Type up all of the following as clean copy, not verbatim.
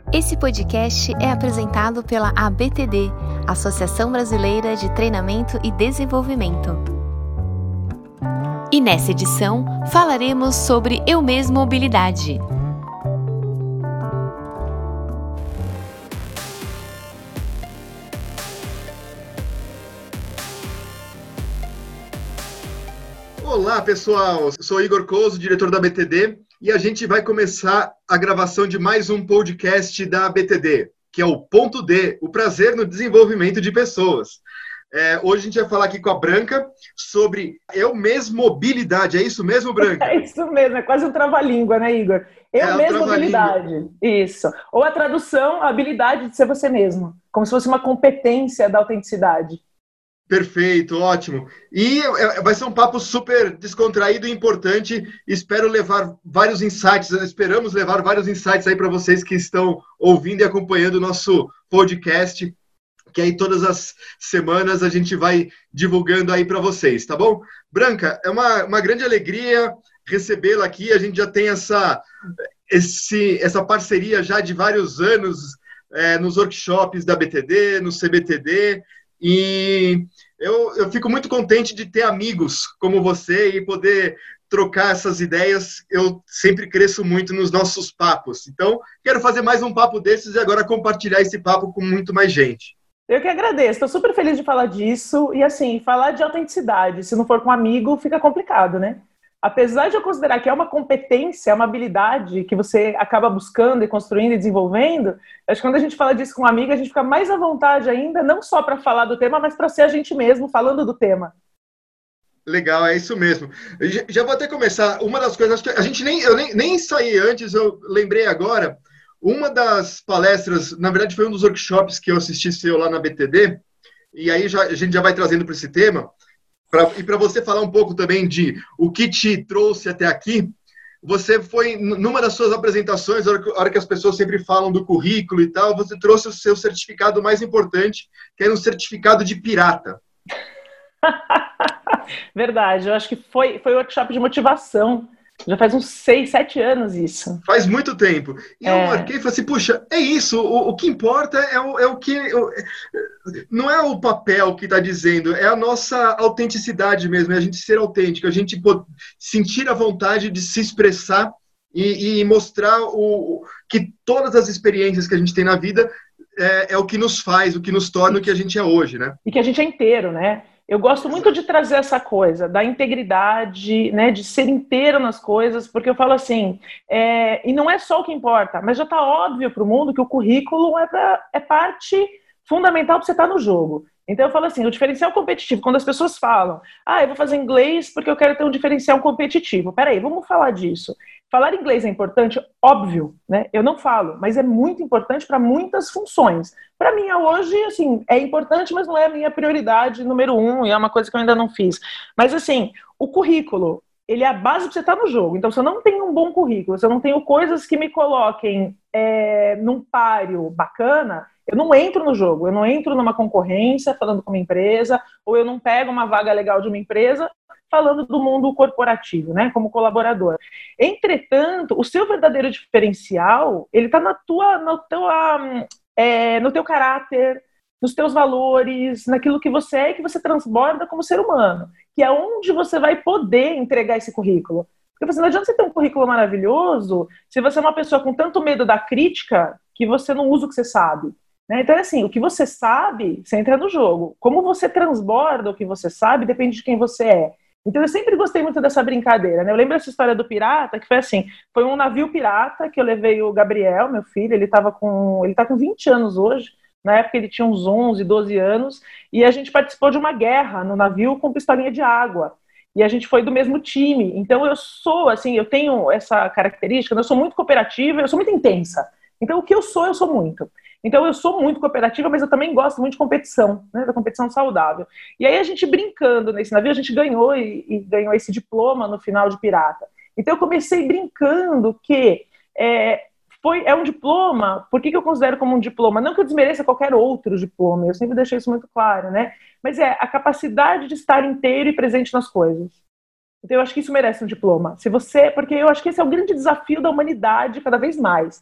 Esse podcast é apresentado pela ABTD, Associação Brasileira de Treinamento e Desenvolvimento. E nessa edição, falaremos sobre Eu Mesmo Mobilidade. Olá, pessoal! Eu sou Igor Couso, diretor da ABTD, e a gente vai começar a gravação de mais um podcast da ABTD, que é o Ponto D, o prazer no desenvolvimento de pessoas. Hoje a gente vai falar aqui com a Branca sobre Eu Mesmo Mobilidade. É isso mesmo, Branca? É isso mesmo, é quase um trava-língua, né, Igor? Eu mesmo habilidade. Isso. Ou a tradução, a habilidade de ser você mesmo. Como se fosse uma competência da autenticidade. Perfeito, ótimo. E vai ser um papo super descontraído e importante. Esperamos levar vários insights aí para vocês que estão ouvindo e acompanhando o nosso podcast, que aí todas as semanas a gente vai divulgando aí para vocês, tá bom? Branca, é uma grande alegria recebê-la aqui. A gente já tem essa parceria já de vários anos nos workshops da BTD, no CBTD, e eu fico muito contente de ter amigos como você e poder trocar essas ideias. Eu sempre cresço muito nos nossos papos. Então, quero fazer mais um papo desses e agora compartilhar esse papo com muito mais gente. Eu que agradeço, estou super feliz de falar disso. E assim, falar de autenticidade, se não for com um amigo, fica complicado, né? Apesar de eu considerar que é uma competência, é uma habilidade que você acaba buscando e construindo e desenvolvendo, acho que quando a gente fala disso com um amigo, a gente fica mais à vontade ainda, não só para falar do tema, mas para ser a gente mesmo falando do tema. Legal, é isso mesmo. Já vou até começar. Uma das coisas, acho que eu nem saí antes, eu lembrei agora, uma das palestras, na verdade foi um dos workshops que eu assisti seu lá na BTD, e aí a gente já vai trazendo para esse tema. E para você falar um pouco também de o que te trouxe até aqui, você foi, numa das suas apresentações, a hora que as pessoas sempre falam do currículo e tal, você trouxe o seu certificado mais importante, que era um certificado de pirata. Verdade, eu acho que foi o workshop de motivação. Já faz uns 6, 7 anos isso. Faz muito tempo. E eu marquei e falei assim, puxa, é isso, o que importa é o que... não é o papel que está dizendo, é a nossa autenticidade mesmo, é a gente ser autêntico, a gente sentir a vontade de se expressar e mostrar que todas as experiências que a gente tem na vida é o que nos faz, o que nos torna o que a gente é hoje, né? E que a gente é inteiro, né? Eu gosto muito de trazer essa coisa da integridade, né, de ser inteiro nas coisas, porque eu falo assim, e não é só o que importa, mas já está óbvio para o mundo que o currículo é parte fundamental para você estar no jogo. Então eu falo assim, o diferencial competitivo, quando as pessoas falam, eu vou fazer inglês porque eu quero ter um diferencial competitivo. Peraí, vamos falar disso. Falar inglês é importante? Óbvio, né? Eu não falo, mas é muito importante para muitas funções. Para mim, hoje, assim, é importante, mas não é a minha prioridade número 1, e é uma coisa que eu ainda não fiz. Mas, assim, o currículo, ele é a base para você estar no jogo. Então, se eu não tenho um bom currículo, se eu não tenho coisas que me coloquem num páreo bacana, eu não entro no jogo, eu não entro numa concorrência falando com uma empresa, ou eu não pego uma vaga legal de uma empresa falando do mundo corporativo, né, como colaborador. Entretanto, o seu verdadeiro diferencial, ele está no teu caráter, nos teus valores, naquilo que você é e que você transborda como ser humano, que é onde você vai poder entregar esse currículo. Porque não adianta você ter um currículo maravilhoso se você é uma pessoa com tanto medo da crítica que você não usa o que você sabe. Então, assim, o que você sabe, você entra no jogo. Como você transborda o que você sabe, depende de quem você é. Então, eu sempre gostei muito dessa brincadeira, né? Eu lembro essa história do pirata, que foi assim, foi um navio pirata que eu levei o Gabriel, meu filho, ele tá com 20 anos hoje, na época ele tinha uns 11, 12 anos, e a gente participou de uma guerra no navio com pistolinha de água. E a gente foi do mesmo time. Então, eu tenho essa característica, eu sou muito cooperativa, eu sou muito intensa. Então, o que eu sou muito. Então, eu sou muito cooperativa, mas eu também gosto muito de competição, né, da competição saudável. E aí, a gente brincando nesse navio, a gente ganhou e ganhou esse diploma no final de pirata. Então, eu comecei brincando que é um diploma. Por que eu considero como um diploma? Não que eu desmereça qualquer outro diploma, eu sempre deixei isso muito claro, né? Mas é a capacidade de estar inteiro e presente nas coisas. Então, eu acho que isso merece um diploma. Porque eu acho que esse é o grande desafio da humanidade cada vez mais.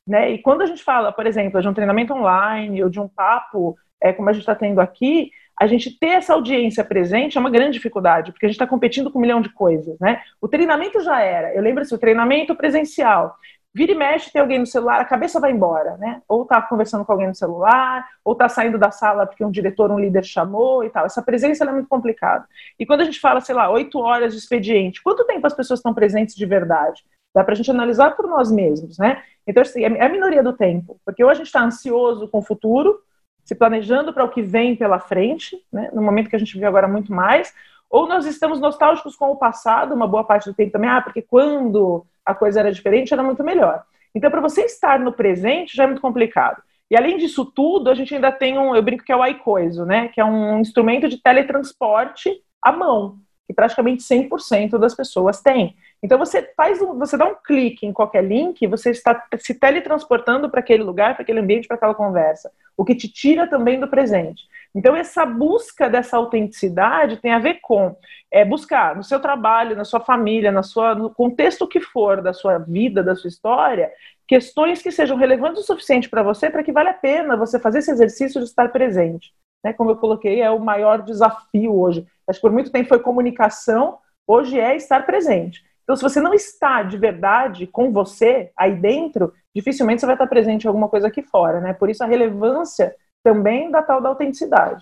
né? E quando a gente fala, por exemplo, de um treinamento online ou de um papo, como a gente está tendo aqui, a gente ter essa audiência presente é uma grande dificuldade, porque a gente está competindo com um milhão de coisas, né? O treinamento já era, eu lembro assim, o treinamento presencial, vira e mexe, tem alguém no celular, a cabeça vai embora, né? Ou tá conversando com alguém no celular, ou tá saindo da sala porque um diretor, um líder chamou e tal. Essa presença é muito complicada. E quando a gente fala, sei lá, 8 horas de expediente, quanto tempo as pessoas estão presentes de verdade? Dá pra gente analisar por nós mesmos, né? Então, assim, é a minoria do tempo, porque ou a gente está ansioso com o futuro, se planejando para o que vem pela frente, né? No momento que a gente vive agora muito mais, ou nós estamos nostálgicos com o passado, uma boa parte do tempo também, porque quando a coisa era diferente, era muito melhor. Então, para você estar no presente, já é muito complicado. E além disso tudo, a gente ainda tem eu brinco que é o iCoiso, né? Que é um instrumento de teletransporte à mão, que praticamente 100% das pessoas têm. Então, você dá um clique em qualquer link, você está se teletransportando para aquele lugar, para aquele ambiente, para aquela conversa, o que te tira também do presente. Então, essa busca dessa autenticidade tem a ver com buscar no seu trabalho, na sua família, no contexto que for da sua vida, da sua história, questões que sejam relevantes o suficiente para você, para que vale a pena você fazer esse exercício de estar presente. Né? Como eu coloquei, é o maior desafio hoje. Acho que por muito tempo foi comunicação, hoje é estar presente. Então, se você não está de verdade com você aí dentro, dificilmente você vai estar presente em alguma coisa aqui fora, né? Por isso a relevância também da tal da autenticidade.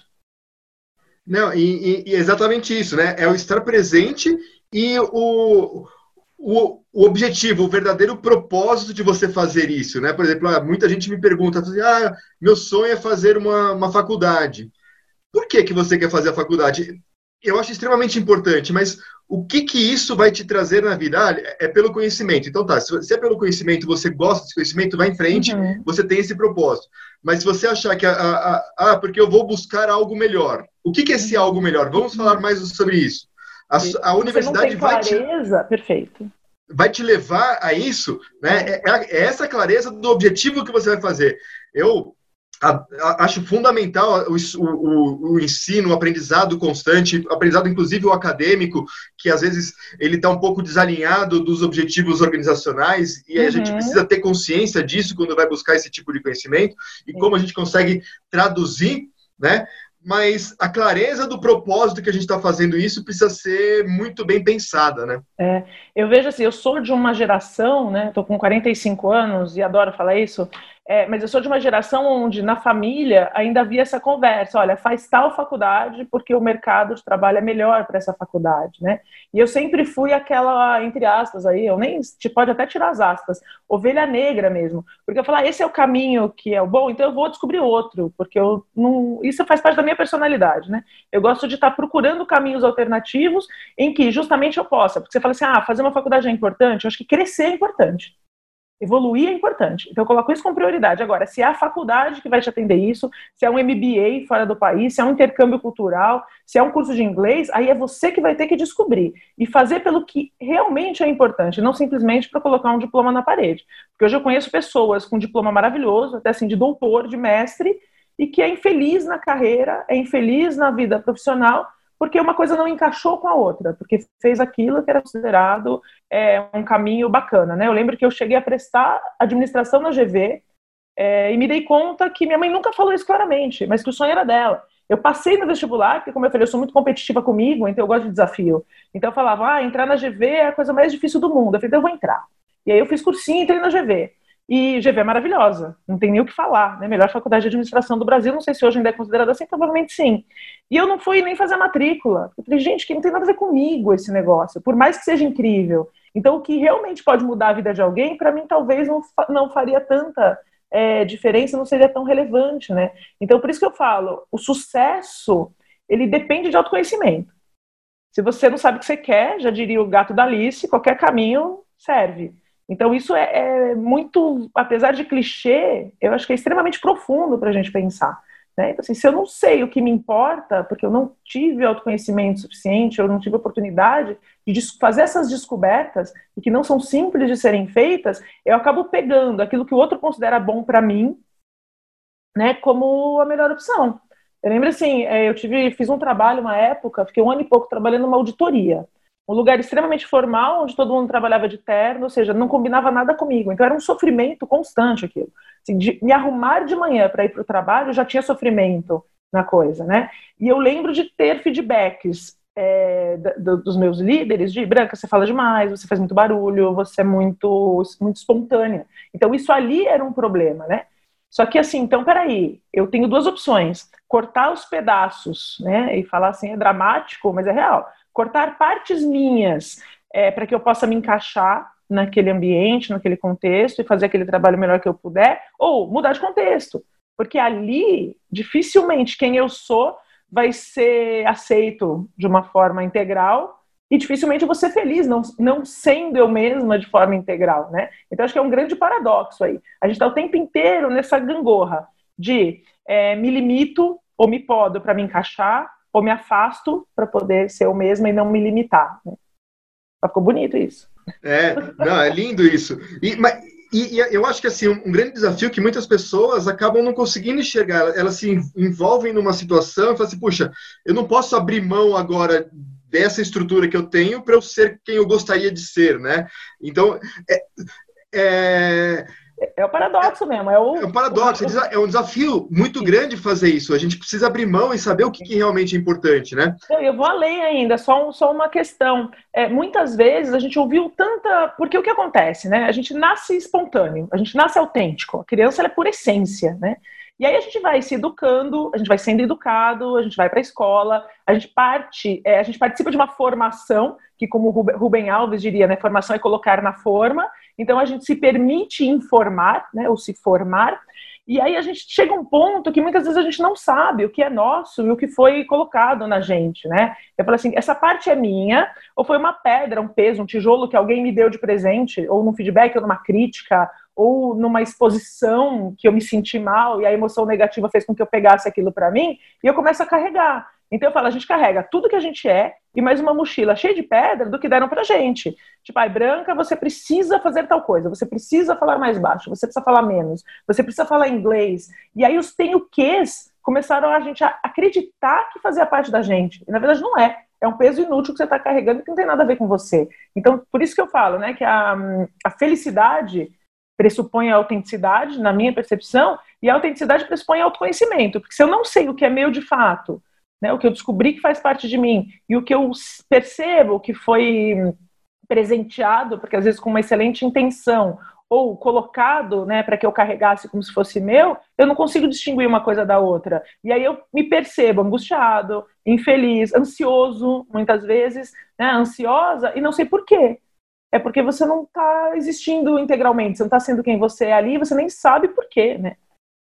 Não, e exatamente isso, né? É o estar presente e o objetivo, o verdadeiro propósito de você fazer isso, né? Por exemplo, muita gente me pergunta, assim, meu sonho é fazer uma faculdade. Por que você quer fazer a faculdade? Eu acho extremamente importante, mas o que isso vai te trazer na vida? É pelo conhecimento. Então tá, se é pelo conhecimento, você gosta desse conhecimento, vai em frente, você tem esse propósito. Mas se você achar que, porque eu vou buscar algo melhor. O que é esse algo melhor? Vamos falar mais sobre isso. A universidade perfeito. Vai te levar a isso, né? É essa clareza do objetivo que você vai fazer. Eu acho fundamental o ensino, o aprendizado constante, aprendizado inclusive o acadêmico, que às vezes ele está um pouco desalinhado dos objetivos organizacionais, e a gente precisa ter consciência disso quando vai buscar esse tipo de conhecimento, e como a gente consegue traduzir, né? Mas a clareza do propósito que a gente está fazendo isso precisa ser muito bem pensada, né? Eu vejo assim, eu sou de uma geração, né? Estou com 45 anos e adoro falar isso, mas eu sou de uma geração onde na família ainda havia essa conversa, olha, faz tal faculdade porque o mercado de trabalho é melhor para essa faculdade, né? E eu sempre fui aquela, entre aspas aí, eu nem, pode até tirar as aspas, ovelha negra mesmo, porque eu falo, esse é o caminho que é o bom, então eu vou descobrir outro, porque isso faz parte da minha personalidade, né? Eu gosto de estar procurando caminhos alternativos em que justamente eu possa, porque você fala assim, fazer uma faculdade é importante, eu acho que crescer é importante. Evoluir é importante. Então eu coloco isso como prioridade. Agora, se é a faculdade que vai te atender isso, se é um MBA fora do país, se é um intercâmbio cultural, se é um curso de inglês, aí é você que vai ter que descobrir. E fazer pelo que realmente é importante, não simplesmente para colocar um diploma na parede. Porque hoje eu conheço pessoas com diploma maravilhoso, até assim de doutor, de mestre, e que é infeliz na carreira, é infeliz na vida profissional, porque uma coisa não encaixou com a outra, porque fez aquilo que era considerado um caminho bacana, né? Eu lembro que eu cheguei a prestar administração na GV e me dei conta que minha mãe nunca falou isso claramente, mas que o sonho era dela. Eu passei no vestibular, porque como eu falei, eu sou muito competitiva comigo, então eu gosto de desafio. Então eu falava, entrar na GV é a coisa mais difícil do mundo. Eu falei, então eu vou entrar. E aí eu fiz cursinho e entrei na GV. E GV é maravilhosa, não tem nem o que falar, né? Melhor faculdade de administração do Brasil, não sei se hoje ainda é considerada assim, provavelmente sim. E eu não fui nem fazer a matrícula. Eu falei, gente, que não tem nada a ver comigo esse negócio, por mais que seja incrível. Então, o que realmente pode mudar a vida de alguém, para mim, talvez não faria tanta diferença, não seria tão relevante, né? Então, por isso que eu falo, o sucesso, ele depende de autoconhecimento. Se você não sabe o que você quer, já diria o gato da Alice, qualquer caminho serve. Então isso é muito, apesar de clichê, eu acho que é extremamente profundo para a gente pensar, né? Então, assim, se eu não sei o que me importa, porque eu não tive autoconhecimento suficiente, eu não tive oportunidade de fazer essas descobertas, e que não são simples de serem feitas, eu acabo pegando aquilo que o outro considera bom para mim, né, como a melhor opção. Eu lembro assim, fiz um trabalho uma época, fiquei 1 ano e pouco trabalhando numa auditoria. um lugar extremamente formal, onde todo mundo trabalhava de terno, ou seja, não combinava nada comigo. Então era um sofrimento constante aquilo. Assim, de me arrumar de manhã para ir para o trabalho, já tinha sofrimento na coisa, né? E eu lembro de ter feedbacks dos meus líderes de: Branca, você fala demais, você faz muito barulho, você é muito espontânea. Então isso ali era um problema, né? Só que assim, então peraí, eu tenho duas opções: cortar os pedaços, né? E falar assim, é dramático, mas é real. Cortar partes minhas para que eu possa me encaixar naquele ambiente, naquele contexto, e fazer aquele trabalho melhor que eu puder, ou mudar de contexto. Porque ali, dificilmente, quem eu sou vai ser aceito de uma forma integral, e dificilmente eu vou ser feliz, não sendo eu mesma de forma integral, né? Então, acho que é um grande paradoxo aí. A gente está o tempo inteiro nessa gangorra de me limito ou me podo para me encaixar, ou me afasto para poder ser eu mesma e não me limitar, né? Ficou bonito isso. Não, é lindo isso. E eu acho que assim, um grande desafio que muitas pessoas acabam não conseguindo enxergar, elas se envolvem numa situação e falam assim: puxa, eu não posso abrir mão agora dessa estrutura que eu tenho para eu ser quem eu gostaria de ser, né? Então, é o paradoxo mesmo. É um paradoxo, é um desafio muito grande fazer isso. A gente precisa abrir mão e saber o que realmente é importante, né? Eu vou além ainda, só uma questão. Muitas vezes a gente ouviu tanta... Porque o que acontece, né? A gente nasce espontâneo, a gente nasce autêntico. A criança, ela é por essência, né? E aí a gente vai se educando, a gente vai sendo educado, a gente vai para a escola, a gente participa de uma formação, que como Rubem Alves diria, né, formação é colocar na forma. Então a gente se permite informar, né, ou se formar, e aí a gente chega a um ponto que muitas vezes a gente não sabe o que é nosso e o que foi colocado na gente, né? Eu falo assim, essa parte é minha, ou foi uma pedra, um peso, um tijolo que alguém me deu de presente, ou num feedback, ou numa crítica, ou numa exposição que eu me senti mal e a emoção negativa fez com que eu pegasse aquilo para mim, e eu começo a carregar. Então eu falo, a gente carrega tudo que a gente é e mais uma mochila cheia de pedra do que deram pra gente. Tipo, Branca, você precisa fazer tal coisa, você precisa falar mais baixo, você precisa falar menos, você precisa falar inglês. E aí os tenho-quês começaram a gente a acreditar que fazia parte da gente. E na verdade não é. É um peso inútil que você está carregando que não tem nada a ver com você. Então, por isso que eu falo, né, que a felicidade pressupõe a autenticidade, na minha percepção, e a autenticidade pressupõe autoconhecimento, porque se eu não sei o que é meu de fato, né, o que eu descobri que faz parte de mim, e o que eu percebo que foi presenteado, porque às vezes com uma excelente intenção, ou colocado, né, para que eu carregasse como se fosse meu, eu não consigo distinguir uma coisa da outra. E aí eu me percebo angustiado, infeliz, ansioso, muitas vezes, né, ansiosa, e não sei por quê. É porque você não está existindo integralmente, você não está sendo quem você é ali, e você nem sabe por quê, né?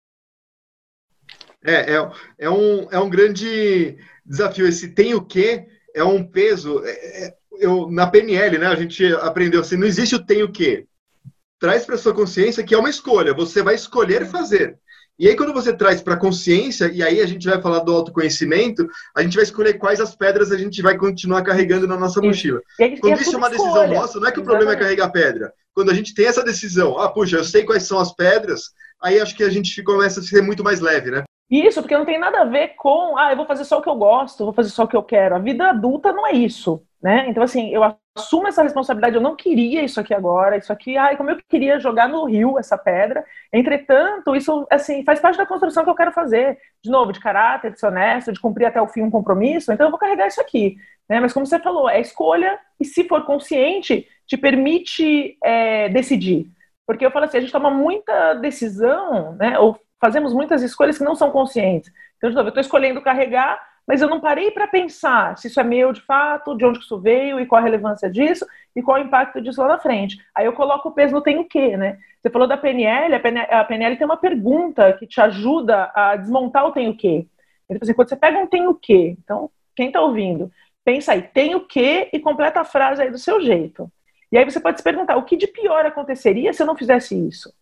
É um grande desafio. Esse tem o quê é um peso. Na PNL, né, a gente aprendeu assim, não existe o tem o quê. Traz para sua consciência que é uma escolha, você vai escolher fazer. E aí, quando você traz para a consciência, e aí a gente vai falar do autoconhecimento, a gente vai escolher quais as pedras a gente vai continuar carregando na nossa mochila. Quando isso é uma decisão nossa, não é que o problema é carregar pedra. Quando a gente tem essa decisão, puxa, eu sei quais são as pedras, aí acho que a gente começa a ser muito mais leve, né? Isso, porque não tem nada a ver com, eu vou fazer só o que eu gosto, vou fazer só o que eu quero. A vida adulta não é isso, né? Então, assim, eu assumo essa responsabilidade, eu não queria isso aqui agora, isso aqui, como eu queria jogar no rio essa pedra. Entretanto, isso, assim, faz parte da construção que eu quero fazer. De novo, de caráter, de ser honesto, de cumprir até o fim um compromisso, então eu vou carregar isso aqui, né? Mas como você falou, é escolha, e se for consciente, te permite decidir. Porque eu falo assim, a gente toma muita decisão, né? Ou fazemos muitas escolhas que não são conscientes. Então, de novo, eu estou escolhendo carregar, mas eu não parei para pensar se isso é meu de fato, de onde isso veio e qual a relevância disso e qual o impacto disso lá na frente. Aí eu coloco o peso no tem o quê, né? Você falou da PNL, a PNL tem uma pergunta que te ajuda a desmontar o tem o quê. Então, assim, quando você pega um tem o quê, então, quem está ouvindo, pensa aí, tem o quê e completa a frase aí do seu jeito. E aí você pode se perguntar, o que de pior aconteceria se eu não fizesse isso?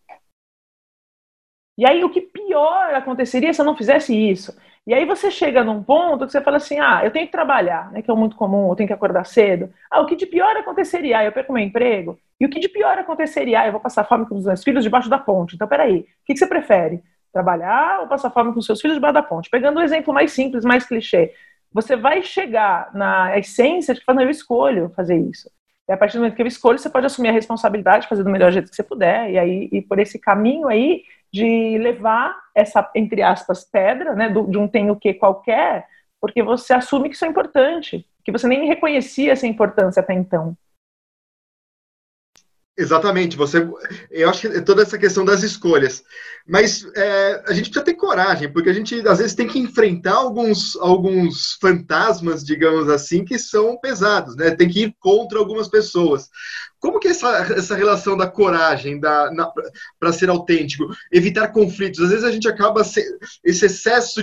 E aí, o que pior aconteceria se eu não fizesse isso? E aí você chega num ponto que você fala assim, eu tenho que trabalhar, né, que é muito comum, eu tenho que acordar cedo. O que de pior aconteceria? Eu perco meu emprego. E o que de pior aconteceria? Eu vou passar fome com os meus filhos debaixo da ponte. Então, peraí, o que você prefere? Trabalhar ou passar fome com os seus filhos debaixo da ponte? Pegando o exemplo mais simples, mais clichê. você vai chegar na essência de que eu escolho fazer isso. E a partir do momento que eu escolho, você pode assumir a responsabilidade, fazer do melhor jeito que você puder, e aí e por esse caminho aí de levar essa, entre aspas, pedra, né, de um tem o que qualquer, porque você assume que isso é importante, que você nem reconhecia essa importância até então. Exatamente, eu acho que toda essa questão das escolhas, mas a gente precisa ter coragem, porque a gente às vezes tem que enfrentar alguns fantasmas, digamos assim, que são pesados, né? Tem que ir contra algumas pessoas. Como que é essa relação da coragem para ser autêntico, evitar conflitos? Às vezes a gente acaba esse excesso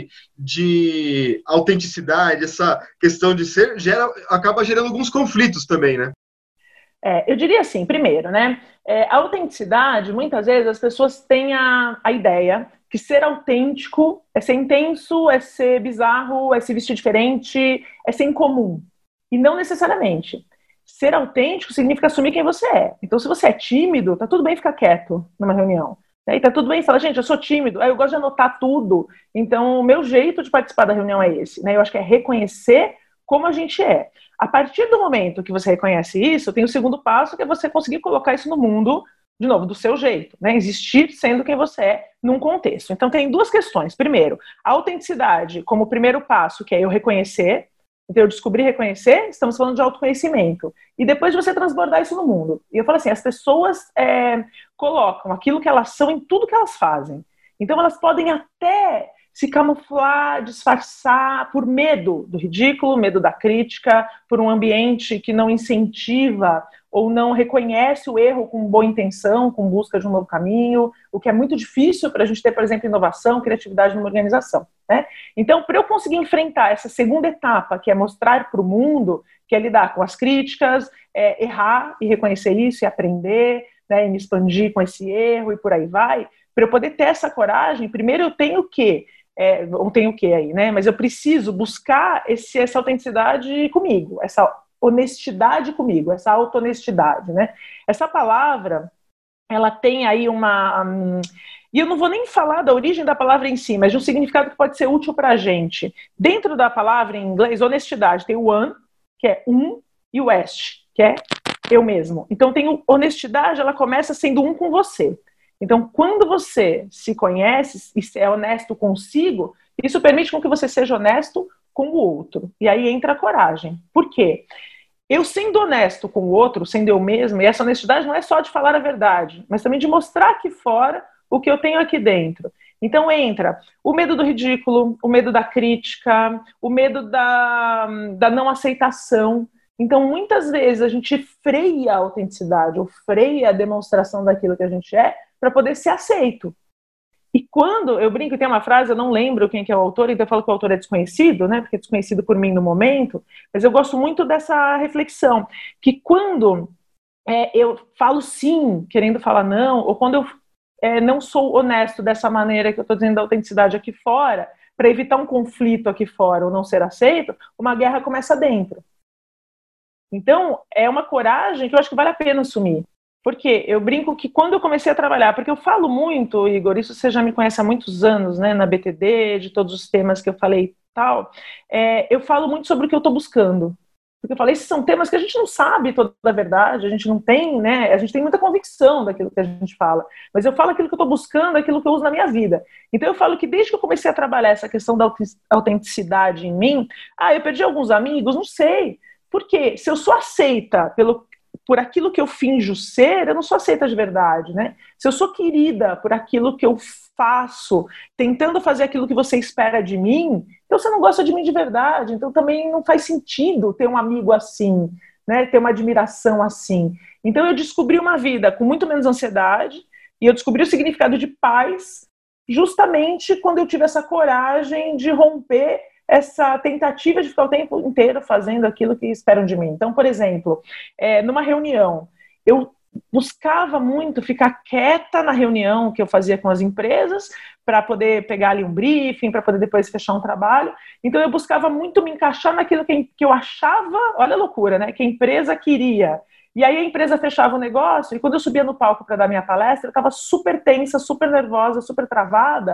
de autenticidade, essa questão de ser, acaba gerando alguns conflitos também, né? Eu diria assim, primeiro, né? A autenticidade, muitas vezes as pessoas têm a ideia que ser autêntico é ser intenso, é ser bizarro, é se vestir diferente, é ser incomum. E não necessariamente. Ser autêntico significa assumir quem você é. Então, se você é tímido, tá tudo bem ficar quieto numa reunião. E tá tudo bem falar, gente, eu sou tímido, eu gosto de anotar tudo. Então, o meu jeito de participar da reunião é esse. Né? Eu acho que é reconhecer como a gente é. A partir do momento que você reconhece isso, tem o segundo passo, que é você conseguir colocar isso no mundo, de novo, do seu jeito, né? Existir sendo quem você é num contexto. Então, tem duas questões. Primeiro, a autenticidade como primeiro passo, que é eu reconhecer. Então, eu descobri reconhecer, estamos falando de autoconhecimento. E depois de você transbordar isso no mundo. E eu falo assim, as pessoas colocam aquilo que elas são em tudo que elas fazem. Então, elas podem até se camuflar, disfarçar por medo do ridículo, medo da crítica, por um ambiente que não incentiva ou não reconhece o erro com boa intenção, com busca de um novo caminho, o que é muito difícil para a gente ter, por exemplo, inovação, criatividade numa organização. Né? Então, para eu conseguir enfrentar essa segunda etapa, que é mostrar para o mundo, que é lidar com as críticas, errar e reconhecer isso e aprender, né, e me expandir com esse erro e por aí vai, para eu poder ter essa coragem, primeiro eu tenho que não tem o que aí, né? Mas eu preciso buscar essa autenticidade comigo, essa honestidade comigo, essa auto-honestidade, né? Essa palavra, ela tem aí e eu não vou nem falar da origem da palavra em si, mas de um significado que pode ser útil para a gente. Dentro da palavra em inglês, honestidade, tem o one, que é e o est, que é eu mesmo. Então, tem honestidade, ela começa sendo com você. Então, quando você se conhece e é honesto consigo, isso permite com que você seja honesto com o outro. E aí entra a coragem. Por quê? Eu sendo honesto com o outro, sendo eu mesmo, e essa honestidade não é só de falar a verdade, mas também de mostrar aqui fora o que eu tenho aqui dentro. Então entra o medo do ridículo, o medo da crítica, o medo da não aceitação. Então, muitas vezes a gente freia a autenticidade, ou freia a demonstração daquilo que a gente é, para poder ser aceito. E quando, eu brinco, tem uma frase, eu não lembro quem que é o autor, então eu falo que o autor é desconhecido, né, porque é desconhecido por mim no momento, mas eu gosto muito dessa reflexão, que quando eu falo sim, querendo falar não, ou quando eu não sou honesto dessa maneira que eu estou dizendo da autenticidade aqui fora, para evitar um conflito aqui fora ou não ser aceito, uma guerra começa dentro. Então, é uma coragem que eu acho que vale a pena assumir. Porque eu brinco que quando eu comecei a trabalhar, porque eu falo muito, Igor, isso você já me conhece há muitos anos, né, na BTD, de todos os temas que eu falei e tal, eu falo muito sobre o que eu estou buscando. Porque eu falei, esses são temas que a gente não sabe toda a verdade, a gente não tem, né, a gente tem muita convicção daquilo que a gente fala, mas eu falo aquilo que eu estou buscando, aquilo que eu uso na minha vida. Então eu falo que desde que eu comecei a trabalhar essa questão da autenticidade em mim, eu perdi alguns amigos, não sei, porque se eu sou aceita por aquilo que eu finjo ser, eu não sou aceita de verdade, né? Se eu sou querida por aquilo que eu faço, tentando fazer aquilo que você espera de mim, então você não gosta de mim de verdade, então também não faz sentido ter um amigo assim, né? Ter uma admiração assim. Então eu descobri uma vida com muito menos ansiedade e eu descobri o significado de paz justamente quando eu tive essa coragem de romper essa tentativa de ficar o tempo inteiro fazendo aquilo que esperam de mim. Então, por exemplo, numa reunião, eu buscava muito ficar quieta na reunião que eu fazia com as empresas para poder pegar ali um briefing, para poder depois fechar um trabalho. Então, eu buscava muito me encaixar naquilo que eu achava, olha a loucura, né, que a empresa queria. E aí a empresa fechava o negócio, e quando eu subia no palco para dar minha palestra, eu estava super tensa, super nervosa, super travada,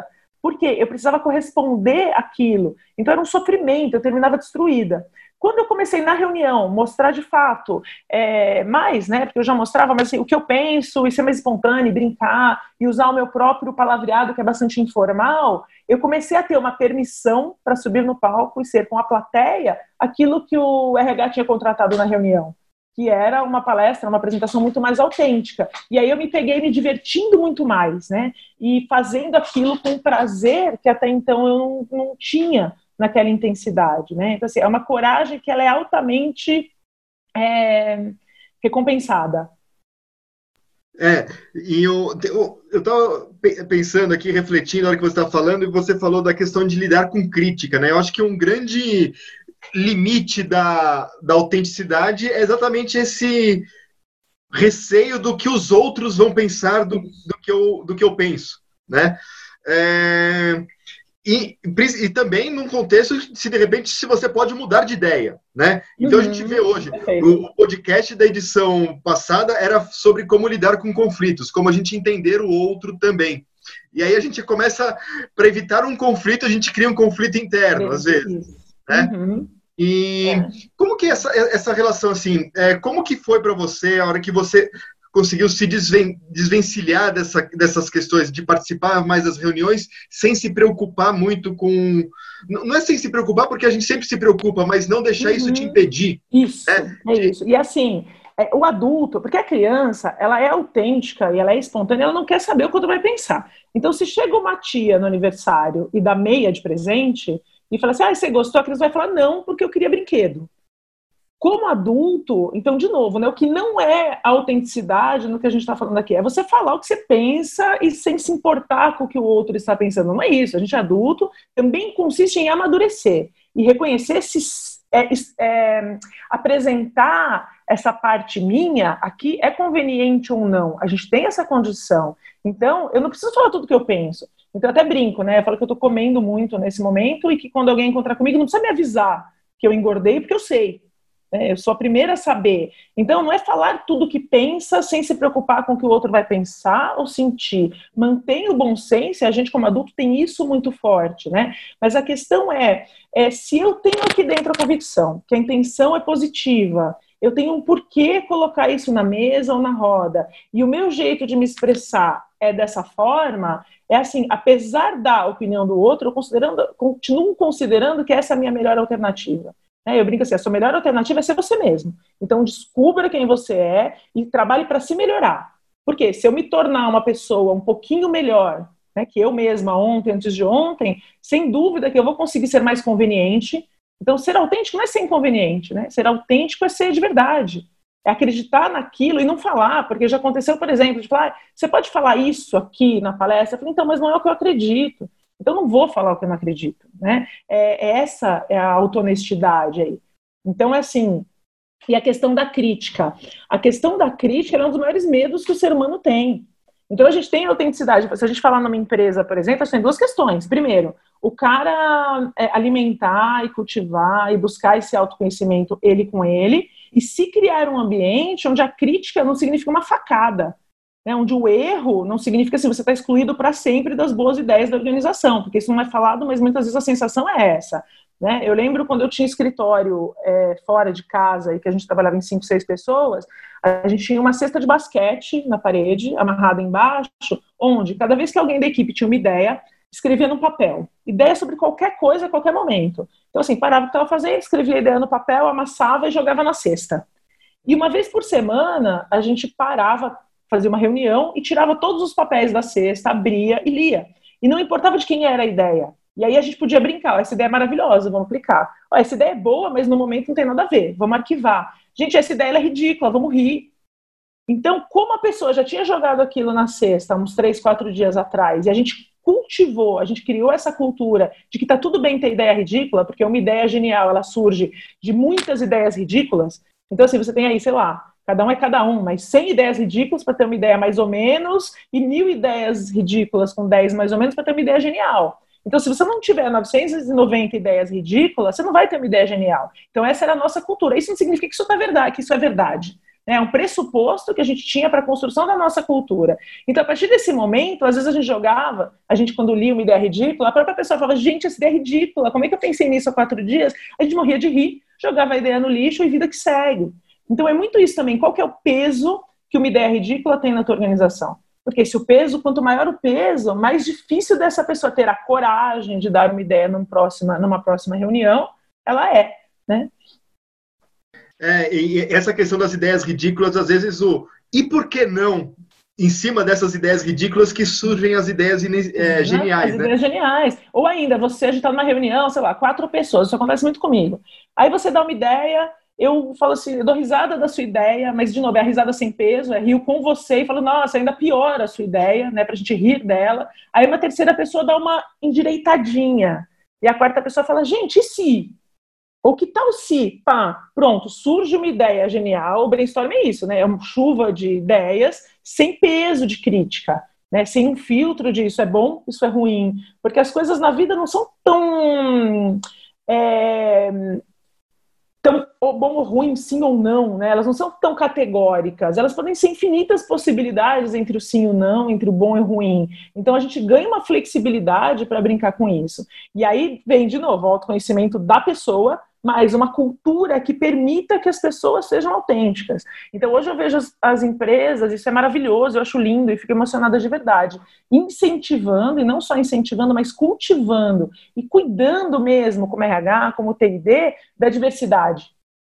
Por quê? Eu precisava corresponder àquilo. Então era um sofrimento, eu terminava destruída. Quando eu comecei na reunião mostrar de fato mais, né, porque eu já mostrava, mas assim, o que eu penso, e ser mais espontâneo, brincar, e usar o meu próprio palavreado, que é bastante informal, eu comecei a ter uma permissão para subir no palco e ser com a plateia aquilo que o RH tinha contratado na reunião, que era uma palestra, uma apresentação muito mais autêntica. E aí eu me peguei me divertindo muito mais, né, e fazendo aquilo com prazer que até então eu não tinha naquela intensidade, né? Então, assim, é uma coragem que ela é altamente recompensada. E eu estava pensando aqui, refletindo na hora que você estava falando, e você falou da questão de lidar com crítica, né? Eu acho que um grande limite da autenticidade é exatamente esse receio do que os outros vão pensar do que eu penso, né? E também num contexto, se de repente, se você pode mudar de ideia, né? Então a gente vê hoje, o podcast da edição passada era sobre como lidar com conflitos, como a gente entender o outro também. E aí a gente começa, para evitar um conflito, a gente cria um conflito interno, às vezes, né? E como que essa relação, assim, como que foi para você a hora que você conseguiu se desvencilhar dessas questões, de participar mais das reuniões, sem se preocupar muito com... Não é sem se preocupar, porque a gente sempre se preocupa, mas não deixar isso te impedir. Isso, isso. E assim, o adulto, porque a criança, ela é autêntica e ela é espontânea, ela não quer saber o que o outro vai pensar. Então, se chega uma tia no aniversário e dá meia de presente, e fala assim, você gostou? A criança vai falar, não, porque eu queria brinquedo. Como adulto, então, de novo, né, o que não é autenticidade no que a gente está falando aqui é você falar o que você pensa e sem se importar com o que o outro está pensando. Não é isso. A gente é adulto, também consiste em amadurecer e reconhecer apresentar essa parte minha aqui é conveniente ou não. A gente tem essa condição. Então, eu não preciso falar tudo o que eu penso. Então, eu até brinco, né? Eu falo que eu estou comendo muito nesse momento e que quando alguém encontrar comigo, não precisa me avisar que eu engordei, porque eu sei. Eu sou a primeira a saber. Então, não é falar tudo o que pensa sem se preocupar com o que o outro vai pensar ou sentir. Mantenha o bom senso, e a gente, como adulto, tem isso muito forte, né? Mas a questão é se eu tenho aqui dentro a convicção que a intenção é positiva, eu tenho um porquê colocar isso na mesa ou na roda, e o meu jeito de me expressar é dessa forma, é assim, apesar da opinião do outro, eu continuo considerando que essa é a minha melhor alternativa. Eu brinco assim, a sua melhor alternativa é ser você mesmo. Então, descubra quem você é e trabalhe para se melhorar. Porque se eu me tornar uma pessoa um pouquinho melhor, né, que eu mesma ontem, antes de ontem, sem dúvida que eu vou conseguir ser mais conveniente. Então, ser autêntico não é ser inconveniente, né? Ser autêntico é ser de verdade. É acreditar naquilo e não falar, porque já aconteceu, por exemplo, de falar, você pode falar isso aqui na palestra? Eu falei, então, mas não é o que eu acredito. Então, não vou falar o que eu não acredito, né? Essa é a auto-honestidade aí. Então, é assim, e a questão da crítica. A questão da crítica é um dos maiores medos que o ser humano tem. Então, a gente tem autenticidade. Se a gente falar numa empresa, por exemplo, tem duas questões. Primeiro, o cara alimentar e cultivar e buscar esse autoconhecimento ele com ele, e se criar um ambiente onde a crítica não significa uma facada, onde o erro não significa assim, você está excluído para sempre das boas ideias da organização, porque isso não é falado, mas muitas vezes a sensação é essa. Né? Eu lembro quando eu tinha escritório fora de casa e que a gente trabalhava em 5, 6 pessoas, a gente tinha uma cesta de basquete na parede, amarrada embaixo, onde cada vez que alguém da equipe tinha uma ideia, escrevia no papel. Ideia sobre qualquer coisa, a qualquer momento. Então, assim, parava o que estava fazendo, escrevia a ideia no papel, amassava e jogava na cesta. E uma vez por semana, a gente parava, fazia uma reunião e tirava todos os papéis da cesta, abria e lia. E não importava de quem era a ideia. E aí a gente podia brincar, essa ideia é maravilhosa, vamos aplicar. Essa ideia é boa, mas no momento não tem nada a ver, vamos arquivar. Gente, essa ideia é ridícula, vamos rir. Então, como a pessoa já tinha jogado aquilo na cesta uns 3, 4 dias atrás, e a gente cultivou, a gente criou essa cultura de que tá tudo bem ter ideia ridícula, porque uma ideia genial, ela surge de muitas ideias ridículas. Então, assim, você tem aí, sei lá, cada um é cada um, mas 100 ideias ridículas para ter uma ideia mais ou menos, e 1000 ideias ridículas com 10 mais ou menos para ter uma ideia genial. Então, se você não tiver 990 ideias ridículas, você não vai ter uma ideia genial. Então, essa era a nossa cultura. Isso não significa que isso é verdade, É um pressuposto que a gente tinha para a construção da nossa cultura. Então, a partir desse momento, às vezes a gente jogava, a gente quando lia uma ideia ridícula, a própria pessoa falava, gente, essa ideia é ridícula, como é que eu pensei nisso há 4 dias? A gente morria de rir, jogava a ideia no lixo e vida que segue. Então, é muito isso também, qual que é o peso que uma ideia ridícula tem na tua organização? Porque se o peso, quanto maior o peso, mais difícil dessa pessoa ter a coragem de dar uma ideia numa próxima reunião, ela é, né? E essa questão das ideias ridículas, às vezes e por que não? Em cima dessas ideias ridículas que surgem as ideias geniais, as ideias geniais. Ou ainda, você está numa reunião, sei lá, 4 pessoas, isso acontece muito comigo. Aí você dá uma ideia, eu falo assim, eu dou risada da sua ideia, mas, de novo, é a risada sem peso, é rio com você e falo, nossa, ainda piora a sua ideia, né, pra gente rir dela. Aí uma terceira pessoa dá uma endireitadinha. E a quarta pessoa fala, gente, e se? Ou que tal se, pá, pronto, surge uma ideia genial, o brainstorm é isso, né? É uma chuva de ideias sem peso de crítica, né? Sem um filtro de isso é bom, isso é ruim. Porque as coisas na vida não são tão bom ou ruim, sim ou não, né? Elas não são tão categóricas, elas podem ser infinitas possibilidades entre o sim e o não, entre o bom e o ruim. Então a gente ganha uma flexibilidade para brincar com isso. E aí vem, de novo, o autoconhecimento da pessoa, mas uma cultura que permita que as pessoas sejam autênticas. Então hoje eu vejo as empresas, isso é maravilhoso, eu acho lindo e fico emocionada de verdade, incentivando, e não só incentivando, mas cultivando e cuidando mesmo, como RH, como TID, da diversidade.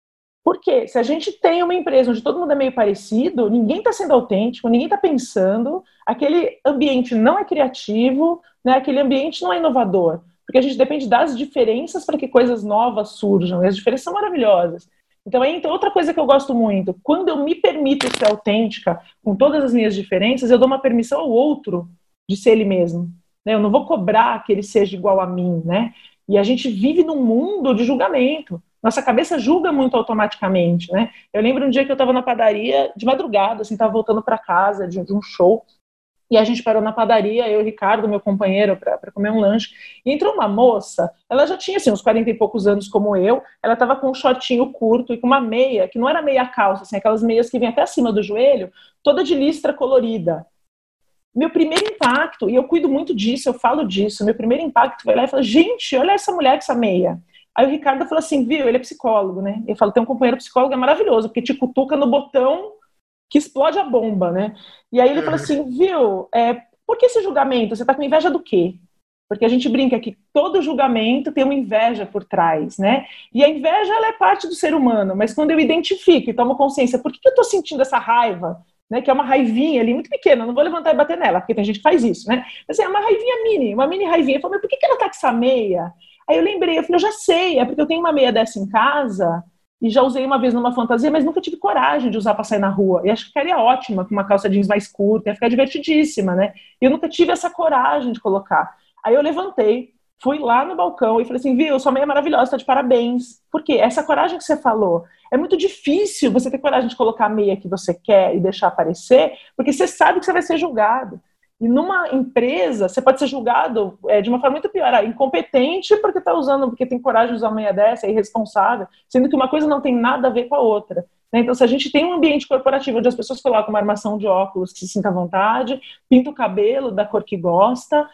Porque se a gente tem uma empresa onde todo mundo é meio parecido, ninguém está sendo autêntico, ninguém está pensando, aquele ambiente não é criativo, né, aquele ambiente não é inovador. Porque a gente depende das diferenças para que coisas novas surjam, e as diferenças são maravilhosas. Então, outra coisa que eu gosto muito, quando eu me permito ser autêntica, com todas as minhas diferenças, eu dou uma permissão ao outro de ser ele mesmo. Né? Eu não vou cobrar que ele seja igual a mim, né? E a gente vive num mundo de julgamento. Nossa cabeça julga muito automaticamente, né? Eu lembro um dia que eu estava na padaria, de madrugada, assim, estava voltando para casa de um show, e a gente parou na padaria, eu e o Ricardo, meu companheiro, para comer um lanche. E entrou uma moça, ela já tinha assim, uns 40 e poucos anos como eu, ela estava com um shortinho curto e com uma meia, que não era meia calça, assim, aquelas meias que vêm até acima do joelho, toda de listra colorida. Meu primeiro impacto, e eu cuido muito disso, eu falo disso, meu primeiro impacto foi lá e falei, gente, olha essa mulher com essa meia. Aí o Ricardo falou assim, viu, ele é psicólogo, né? Eu falo, tem um companheiro psicólogo, é maravilhoso, porque te cutuca no botão que explode a bomba, né? E aí ele falou assim, viu, por que esse julgamento? Você tá com inveja do quê? Porque a gente brinca que todo julgamento tem uma inveja por trás, né? E a inveja, ela é parte do ser humano, mas quando eu identifico e tomo consciência, por que eu tô sentindo essa raiva? Né, que é uma raivinha ali muito pequena, não vou levantar e bater nela, porque tem gente que faz isso, né? Mas é uma raivinha mini, uma mini raivinha. Eu falei, mas por que ela tá com essa meia? Aí eu lembrei, eu falei, eu já sei, é porque eu tenho uma meia dessa em casa e já usei uma vez numa fantasia, mas nunca tive coragem de usar para sair na rua. E acho que ficaria ótima com uma calça jeans mais curta, ia ficar divertidíssima, né? E eu nunca tive essa coragem de colocar. Aí eu levantei, fui lá no balcão e falei assim, viu, sua meia é maravilhosa, tá de parabéns. Por quê? Essa coragem que você falou, é muito difícil você ter coragem de colocar a meia que você quer e deixar aparecer, porque você sabe que você vai ser julgado. E numa empresa, você pode ser julgado de uma forma muito pior, incompetente porque está usando, porque tem coragem de usar uma meia dessa, é irresponsável, sendo que uma coisa não tem nada a ver com a outra. Né? Então, se a gente tem um ambiente corporativo onde as pessoas colocam uma armação de óculos que se sinta à vontade, pinta o cabelo da cor que gosta,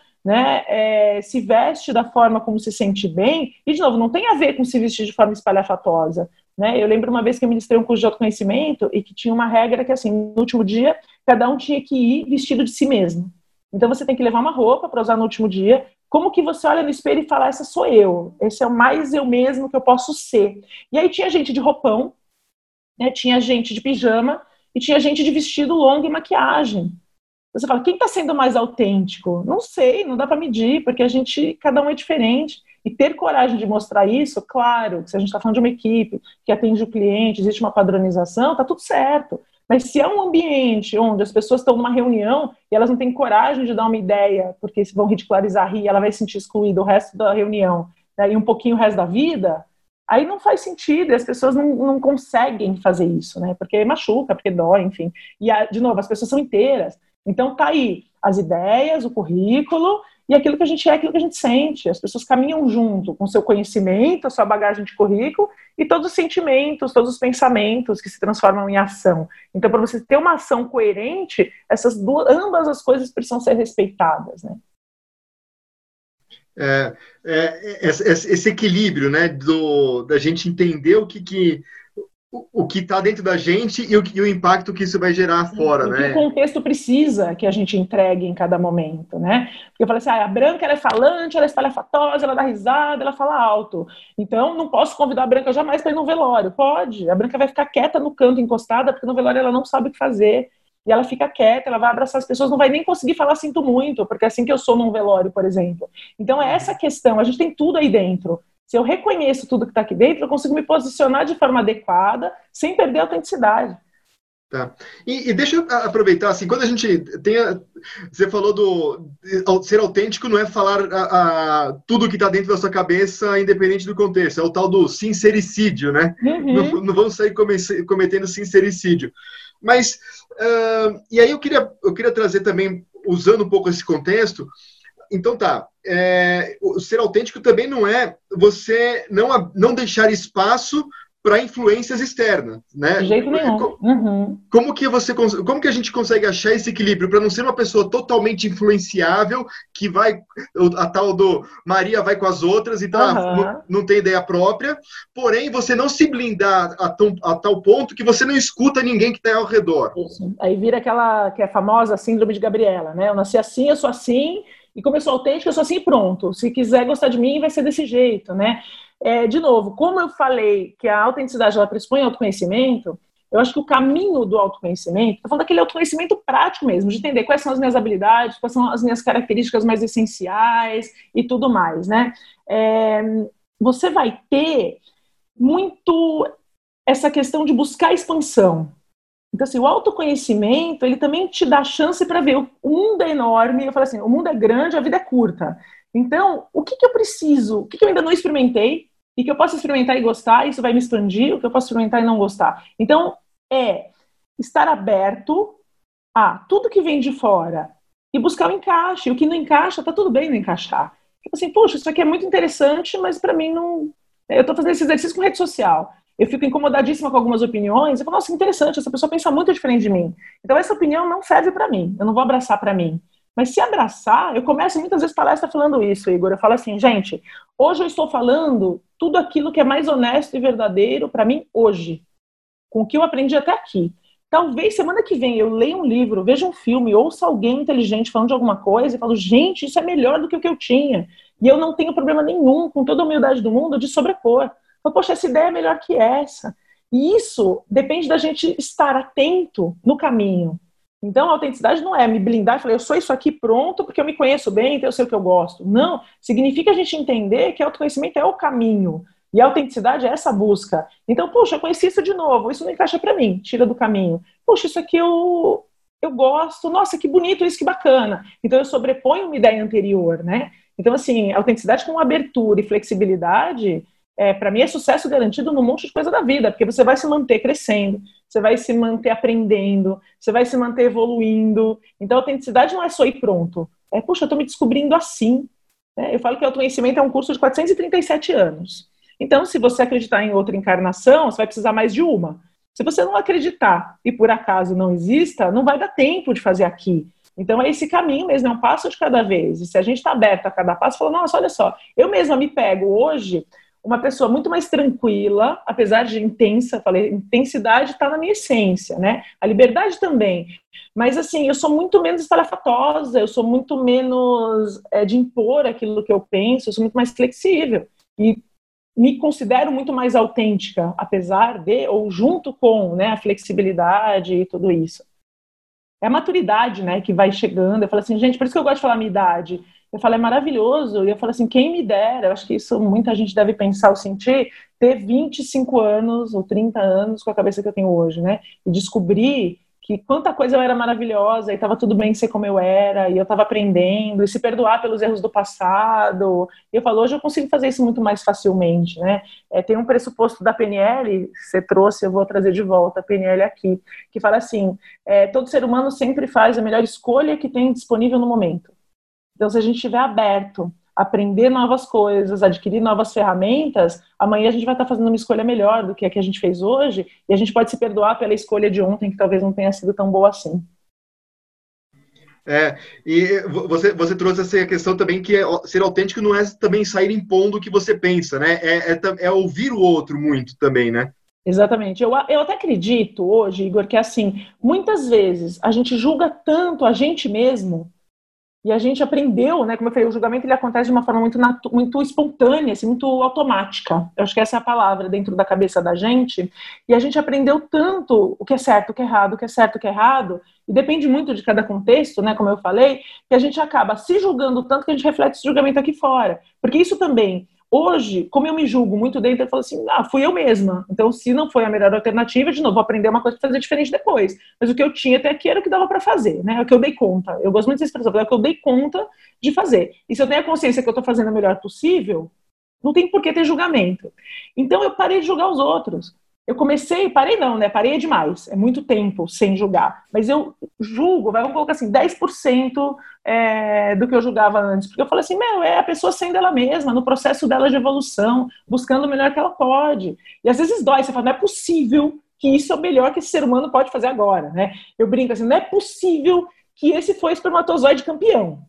né, se veste da forma como se sente bem, e de novo, não tem a ver com se vestir de forma espalhafatosa, né? Eu lembro uma vez que eu ministrei um curso de autoconhecimento e que tinha uma regra que assim, no último dia, cada um tinha que ir vestido de si mesmo. Então você tem que levar uma roupa para usar no último dia, como que você olha no espelho e fala, essa sou eu, esse é o mais eu mesmo que eu posso ser. E aí tinha gente de roupão, né, tinha gente de pijama e tinha gente de vestido longo e maquiagem. Você fala, quem está sendo mais autêntico? Não sei, não dá para medir, porque cada um é diferente. E ter coragem de mostrar isso, claro, se a gente está falando de uma equipe que atende o cliente, existe uma padronização, tá tudo certo. Mas se é um ambiente onde as pessoas estão numa reunião e elas não têm coragem de dar uma ideia, porque se vão ridicularizar, rir, ela vai se sentir excluída o resto da reunião, né, e um pouquinho o resto da vida, aí não faz sentido, e as pessoas não conseguem fazer isso, né? Porque machuca, porque dói, enfim. E, de novo, as pessoas são inteiras. Então tá aí as ideias, o currículo e aquilo que a gente é, aquilo que a gente sente. As pessoas caminham junto com o seu conhecimento, a sua bagagem de currículo e todos os sentimentos, todos os pensamentos que se transformam em ação. Então, para você ter uma ação coerente, ambas as coisas precisam ser respeitadas, né? Esse equilíbrio, né, da gente entender o que está dentro da gente e o impacto que isso vai gerar fora, né? O que o contexto precisa que a gente entregue em cada momento, né? Porque eu falei assim, a Branca, ela é falante, ela é espalhafatosa, ela dá risada, ela fala alto. Então, não posso convidar a Branca jamais para ir no velório. Pode. A Branca vai ficar quieta no canto, encostada, porque no velório ela não sabe o que fazer. E ela fica quieta, ela vai abraçar as pessoas, não vai nem conseguir falar sinto muito, porque é assim que eu sou num velório, por exemplo. Então, é essa questão. A gente tem tudo aí dentro. Se eu reconheço tudo que está aqui dentro, eu consigo me posicionar de forma adequada, sem perder a autenticidade. Tá. E deixa eu aproveitar, assim, quando a gente você falou ser autêntico não é falar tudo que está dentro da sua cabeça, independente do contexto, é o tal do sincericídio, né? Uhum. Não vamos sair cometendo sincericídio. Mas, e aí eu queria trazer também, usando um pouco esse contexto, então tá, o ser autêntico também não é você não deixar espaço para influências externas, né? De jeito nenhum. Uhum. Como que a gente consegue achar esse equilíbrio para não ser uma pessoa totalmente influenciável, que vai, a tal do Maria vai com as outras e não tem ideia própria, porém você não se blindar a tal ponto que você não escuta ninguém que está ao redor. Isso. Aí vira aquela que é a famosa síndrome de Gabriela, né? Eu nasci assim, eu sou assim, e como eu sou autêntica, eu sou assim e pronto. Se quiser gostar de mim, vai ser desse jeito, né? De novo, como eu falei que a autenticidade ela pressupõe autoconhecimento, eu acho que o caminho do autoconhecimento, estou falando daquele autoconhecimento prático mesmo, de entender quais são as minhas habilidades, quais são as minhas características mais essenciais e tudo mais, né? Você vai ter muito essa questão de buscar expansão. Então, assim, o autoconhecimento, ele também te dá chance para ver. O mundo é enorme, eu falo assim, o mundo é grande, a vida é curta. Então, o que eu preciso? O que eu ainda não experimentei? E que eu posso experimentar e gostar, isso vai me expandir, o que eu posso experimentar e não gostar. Então, estar aberto a tudo que vem de fora e buscar o encaixe. O que não encaixa, tá tudo bem não encaixar. Tipo assim, poxa, isso aqui é muito interessante, mas para mim não... Eu tô fazendo esse exercício com rede social. Eu fico incomodadíssima com algumas opiniões. Eu falo, nossa, que interessante, essa pessoa pensa muito diferente de mim. Então, essa opinião não serve para mim. Eu não vou abraçar para mim. Mas se abraçar, eu começo muitas vezes palestra falando isso, Igor. Eu falo assim, gente, hoje eu estou falando tudo aquilo que é mais honesto e verdadeiro para mim hoje, com o que eu aprendi até aqui. Talvez semana que vem eu leia um livro, veja um filme, ouça alguém inteligente falando de alguma coisa e falo, gente, isso é melhor do que o que eu tinha. E eu não tenho problema nenhum, com toda a humildade do mundo, de sobrepor. Falo, poxa, essa ideia é melhor que essa. E isso depende da gente estar atento no caminho. Então, a autenticidade não é me blindar e falar, eu sou isso aqui pronto porque eu me conheço bem, então eu sei o que eu gosto. Não, significa a gente entender que autoconhecimento é o caminho. E a autenticidade é essa busca. Então, poxa, eu conheci isso de novo, isso não encaixa para mim, tira do caminho. Poxa, isso aqui eu gosto, nossa, que bonito isso, que bacana. Então, eu sobreponho uma ideia anterior, né? Então, assim, autenticidade com abertura e flexibilidade... para mim é sucesso garantido num monte de coisa da vida, porque você vai se manter crescendo, você vai se manter aprendendo, você vai se manter evoluindo. Então, a autenticidade não é só ir pronto. Puxa, eu estou me descobrindo assim. Eu falo que o autoconhecimento é um curso de 437 anos. Então, se você acreditar em outra encarnação, você vai precisar mais de uma. Se você não acreditar e por acaso não exista, não vai dar tempo de fazer aqui. Então, é esse caminho mesmo, é um passo de cada vez. E se a gente está aberto a cada passo, fala, nossa, olha só, eu mesma me pego hoje... uma pessoa muito mais tranquila, apesar de intensa, falei, intensidade está na minha essência, né? A liberdade também. Mas, assim, eu sou muito menos espalhafatosa, eu sou muito menos de impor aquilo que eu penso, eu sou muito mais flexível. E me considero muito mais autêntica, apesar de, ou junto com, né, a flexibilidade e tudo isso. É a maturidade, né, que vai chegando. Eu falo assim, gente, por isso que eu gosto de falar a minha idade. Eu falo, é maravilhoso. E eu falo assim, quem me dera, eu acho que isso muita gente deve pensar ou sentir, ter 25 anos ou 30 anos com a cabeça que eu tenho hoje, né? E descobrir que quanta coisa eu era maravilhosa e estava tudo bem ser como eu era, e eu estava aprendendo, e se perdoar pelos erros do passado. E eu falo, hoje eu consigo fazer isso muito mais facilmente, né? Tem um pressuposto da PNL, você trouxe, eu vou trazer de volta a PNL aqui, que fala assim, todo ser humano sempre faz a melhor escolha que tem disponível no momento. Então, se a gente estiver aberto a aprender novas coisas, adquirir novas ferramentas, amanhã a gente vai estar fazendo uma escolha melhor do que a gente fez hoje, e a gente pode se perdoar pela escolha de ontem, que talvez não tenha sido tão boa assim. E você trouxe essa questão também que ser autêntico não é também sair impondo o que você pensa, né? É ouvir o outro muito também, né? Exatamente. Eu até acredito hoje, Igor, que assim, muitas vezes a gente julga tanto a gente mesmo. E a gente aprendeu, né? Como eu falei, o julgamento ele acontece de uma forma muito espontânea, assim, muito automática. Eu acho que essa é a palavra dentro da cabeça da gente. E a gente aprendeu tanto o que é certo, o que é errado, o que é certo, o que é errado. E depende muito de cada contexto, né? Como eu falei, que a gente acaba se julgando tanto que a gente reflete esse julgamento aqui fora. Porque isso também, hoje, como eu me julgo muito dentro, eu falo assim, fui eu mesma. Então, se não foi a melhor alternativa, de novo, vou aprender uma coisa para fazer diferente depois. Mas o que eu tinha até aqui era o que dava para fazer, né? É o que eu dei conta. Eu gosto muito dessa expressão, é o que eu dei conta de fazer. E se eu tenho a consciência que eu estou fazendo o melhor possível, não tem por que ter julgamento. Então, eu parei de julgar os outros. Eu parei não, né? Parei demais. É muito tempo sem julgar. Mas eu julgo, vamos colocar assim, 10% do que eu julgava antes. Porque eu falei assim, é a pessoa sendo ela mesma, no processo dela de evolução, buscando o melhor que ela pode. E às vezes dói, você fala, não é possível que isso é o melhor que esse ser humano pode fazer agora, né? Eu brinco assim, não é possível que esse foi o espermatozoide campeão.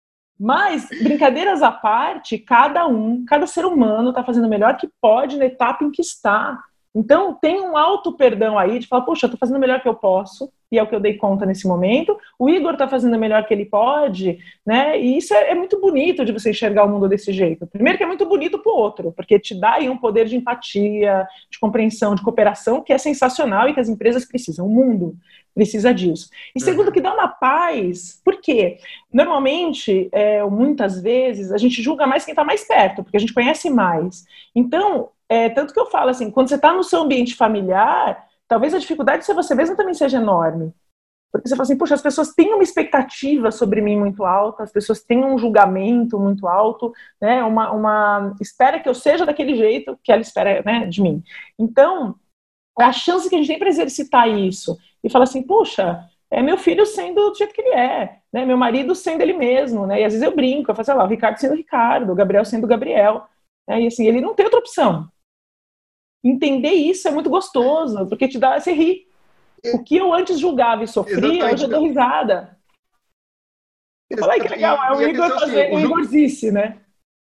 Mas, brincadeiras à parte, cada ser humano está fazendo o melhor que pode na etapa em que está. Então, tem um auto-perdão aí de falar, poxa, eu estou fazendo o melhor que eu posso, e é o que eu dei conta nesse momento. O Igor está fazendo o melhor que ele pode, né? E isso é muito bonito de você enxergar o mundo desse jeito. Primeiro que é muito bonito para o outro, porque te dá aí um poder de empatia, de compreensão, de cooperação, que é sensacional e que as empresas precisam, o mundo precisa disso. E segundo, que dá uma paz. Por quê? Normalmente, muitas vezes, a gente julga mais quem está mais perto, porque a gente conhece mais. Então, tanto que eu falo assim, quando você está no seu ambiente familiar, talvez a dificuldade de ser você mesmo também seja enorme. Porque você fala assim, puxa, as pessoas têm uma expectativa sobre mim muito alta, as pessoas têm um julgamento muito alto, né, uma espera que eu seja daquele jeito que ela espera, né, de mim. Então, a chance que a gente tem para exercitar isso e falar assim, puxa, é meu filho sendo do jeito que ele é, né, meu marido sendo ele mesmo, né, e às vezes eu brinco, eu falo, sei lá, o Ricardo sendo o Ricardo, o Gabriel sendo o Gabriel, né, e assim, ele não tem outra opção. Entender isso é muito gostoso, porque te dá, você ri. O que eu antes julgava e sofria, exatamente, hoje eu dou risada. Eu falei, que legal, é o Igor fazendo o Igorzice, né?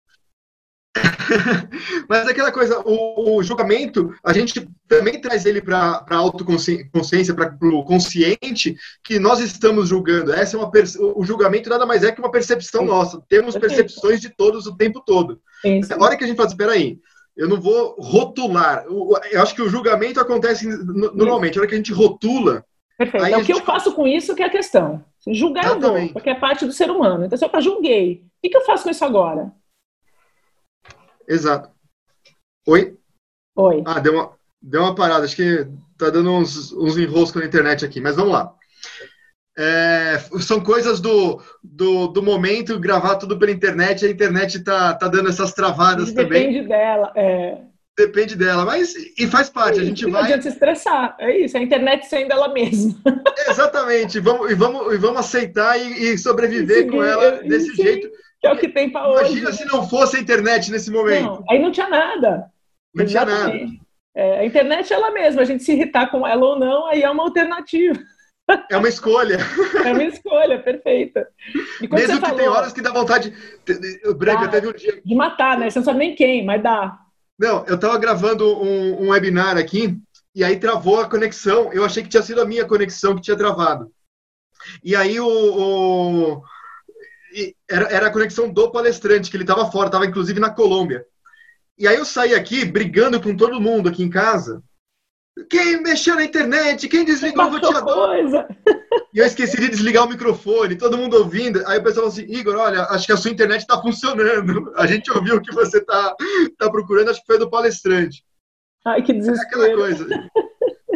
Mas aquela coisa, o julgamento, a gente também traz ele para a autoconsciência, para o consciente, que nós estamos julgando. O julgamento nada mais é que uma percepção nossa. Temos percepções de todos o tempo todo. Na hora que a gente fala, espera aí, eu não vou rotular. Eu acho que o julgamento acontece normalmente. A hora que a gente rotula... Perfeito. É o que eu faço com isso que é a questão. Julgar eu vou, porque é parte do ser humano. Então, se eu julguei, o que eu faço com isso agora? Exato. Oi? Oi. Deu uma parada. Acho que tá dando uns enroscos na internet aqui. Mas vamos lá. São coisas do momento, gravar tudo pela internet, a internet tá dando essas travadas também. Depende dela, Depende dela, mas faz parte, a gente vai... Não adianta se estressar, é isso, a internet sendo ela mesma. Exatamente, vamos aceitar e sobreviver com ela desse jeito. Que é o que tem para hoje. Imagina se não fosse a internet nesse momento. Não, aí não tinha nada. Não tinha nada. A internet é ela mesma, a gente se irritar com ela ou não, aí é uma alternativa. É uma escolha. É uma escolha, perfeita. Mesmo que tem horas que dá vontade... teve um dia... De matar, né? Você não sabe nem quem, mas dá. Não, eu estava gravando um webinar aqui e aí travou a conexão. Eu achei que tinha sido a minha conexão que tinha travado. E aí era a conexão do palestrante, que ele estava fora, estava inclusive na Colômbia. E aí eu saí aqui brigando com todo mundo aqui em casa. Quem mexeu na internet? Quem desligou o roteador? E eu esqueci de desligar o microfone, todo mundo ouvindo. Aí o pessoal falou assim, Igor, olha, acho que a sua internet está funcionando. A gente ouviu o que você está procurando, acho que foi do palestrante. Ai, que desespero. É aquela coisa.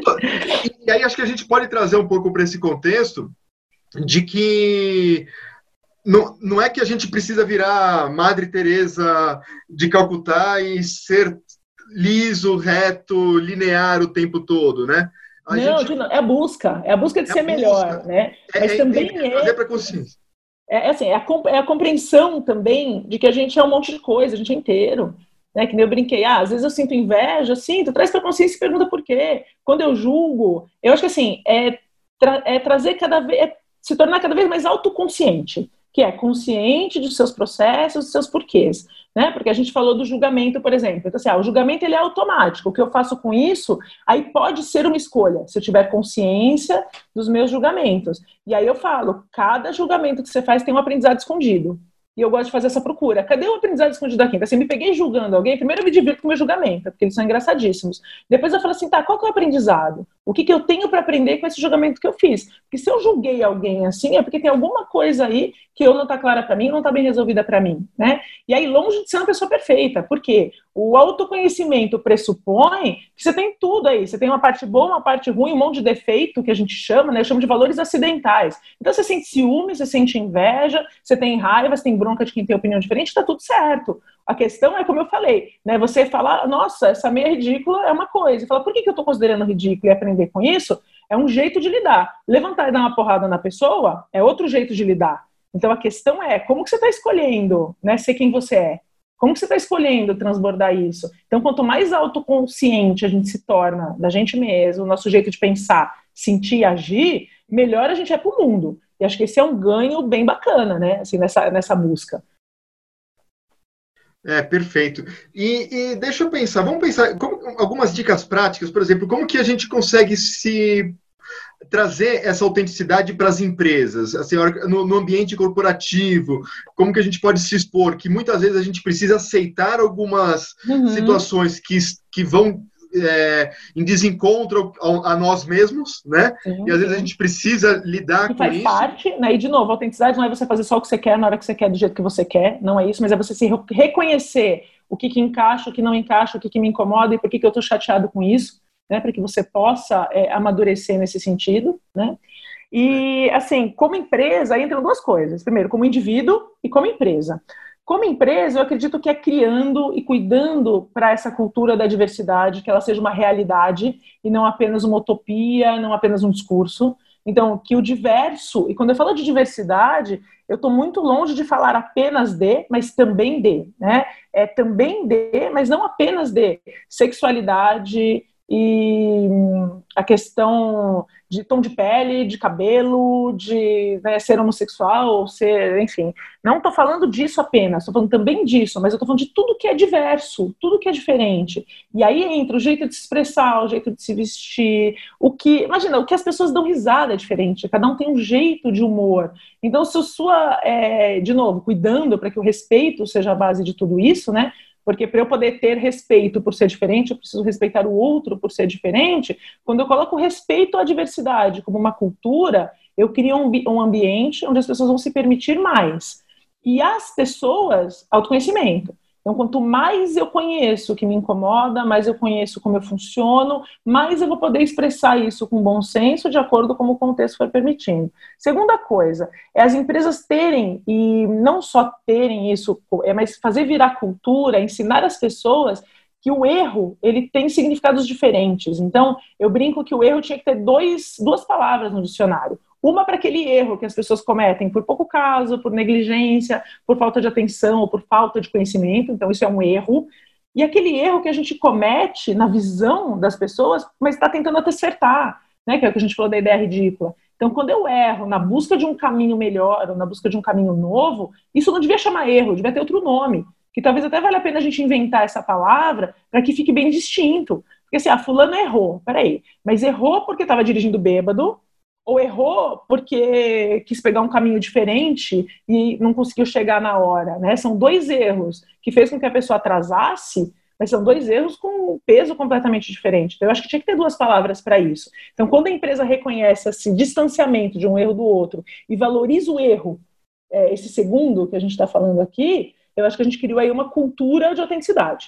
E aí acho que a gente pode trazer um pouco para esse contexto de que não é que a gente precisa virar Madre Teresa de Calcutá e ser liso, reto, linear o tempo todo, né? É a busca de ser melhor, né? Mas também trazer para a consciência. Assim, é a compreensão também de que a gente é um monte de coisa, a gente é inteiro. Né? Que nem eu brinquei, às vezes eu sinto inveja, sinto, traz para a consciência e pergunta por quê. Quando eu julgo, eu acho que assim, trazer se tornar cada vez mais autoconsciente, que é consciente dos seus processos, dos seus porquês, né? Porque a gente falou do julgamento, por exemplo. Então, assim, o julgamento ele é automático. O que eu faço com isso, aí pode ser uma escolha, se eu tiver consciência dos meus julgamentos. E aí eu falo, cada julgamento que você faz tem um aprendizado escondido. E eu gosto de fazer essa procura. Cadê o aprendizado escondido aqui? Então, assim, me peguei julgando alguém, primeiro eu me divirto com o meu julgamento, porque eles são engraçadíssimos. Depois eu falo assim, qual que é o aprendizado? O que eu tenho para aprender com esse julgamento que eu fiz? Porque se eu julguei alguém assim, é porque tem alguma coisa aí que não está clara para mim, não está bem resolvida para mim, né? E aí, longe de ser uma pessoa perfeita, porque o autoconhecimento pressupõe que você tem tudo aí, você tem uma parte boa, uma parte ruim, um monte de defeito que a gente chama, né? Eu chamo de valores acidentais. Então, você sente ciúme, você sente inveja, você tem raiva, você tem bronca de quem tem opinião diferente, está tudo certo. A questão é, como eu falei, né? Você falar, nossa, essa meia ridícula é uma coisa. E falar, por que eu estou considerando ridículo e aprender com isso? É um jeito de lidar. Levantar e dar uma porrada na pessoa é outro jeito de lidar. Então, a questão é, como que você está escolhendo, né, ser quem você é? Como que você está escolhendo transbordar isso? Então, quanto mais autoconsciente a gente se torna da gente mesmo, o nosso jeito de pensar, sentir e agir, melhor a gente é para o mundo. E acho que esse é um ganho bem bacana, né, assim, nessa busca. Perfeito. E deixa eu pensar, vamos pensar algumas dicas práticas, por exemplo, como que a gente consegue se trazer essa autenticidade para as empresas, assim, no ambiente corporativo, como que a gente pode se expor, que muitas vezes a gente precisa aceitar algumas situações que vão em desencontro a nós mesmos, né? Sim, e às vezes a gente precisa lidar com isso. Faz parte, né? E de novo, a autenticidade não é você fazer só o que você quer, na hora que você quer, do jeito que você quer, não é isso, mas é você se reconhecer o que encaixa, o que não encaixa, o que me incomoda e por que eu estou chateado com isso, né, para que você possa amadurecer nesse sentido, né? E, assim, como empresa, entram duas coisas. Primeiro, como indivíduo e como empresa. Como empresa, eu acredito que é criando e cuidando para essa cultura da diversidade, que ela seja uma realidade e não apenas uma utopia, não apenas um discurso. Então, que o diverso, e quando eu falo de diversidade, eu estou muito longe de falar apenas de, mas também de, né? Também de, mas não apenas de sexualidade, e a questão de tom de pele, de cabelo, de ser homossexual, ser, enfim. Não estou falando disso apenas, estou falando também disso, mas eu estou falando de tudo que é diverso, tudo que é diferente. E aí entra o jeito de se expressar, o jeito de se vestir, imagina, o que as pessoas dão risada é diferente, cada um tem um jeito de humor. Então, se de novo, cuidando para que o respeito seja a base de tudo isso, né? Porque para eu poder ter respeito por ser diferente, eu preciso respeitar o outro por ser diferente. Quando eu coloco respeito à diversidade como uma cultura, eu crio um ambiente onde as pessoas vão se permitir mais. E as pessoas, autoconhecimento. Então, quanto mais eu conheço o que me incomoda, mais eu conheço como eu funciono, mais eu vou poder expressar isso com bom senso, de acordo com o contexto for permitindo. Segunda coisa, é as empresas terem, e não só terem isso, mas fazer virar cultura, ensinar as pessoas que o erro, ele tem significados diferentes. Então, eu brinco que o erro tinha que ter duas palavras no dicionário. Uma para aquele erro que as pessoas cometem por pouco caso, por negligência, por falta de atenção ou por falta de conhecimento. Então, isso é um erro. E aquele erro que a gente comete na visão das pessoas, mas está tentando acertar, né? Que é o que a gente falou da ideia ridícula. Então, quando eu erro na busca de um caminho melhor ou na busca de um caminho novo, isso não devia chamar erro, devia ter outro nome. Que talvez até valha a pena a gente inventar essa palavra para que fique bem distinto. Porque assim, fulano errou. Peraí, mas errou porque estava dirigindo bêbado, ou errou porque quis pegar um caminho diferente e não conseguiu chegar na hora, né? São dois erros que fez com que a pessoa atrasasse, mas são dois erros com um peso completamente diferente. Então, eu acho que tinha que ter duas palavras para isso. Então, quando a empresa reconhece esse distanciamento de um erro do outro e valoriza o erro, esse segundo que a gente está falando aqui, eu acho que a gente criou aí uma cultura de autenticidade.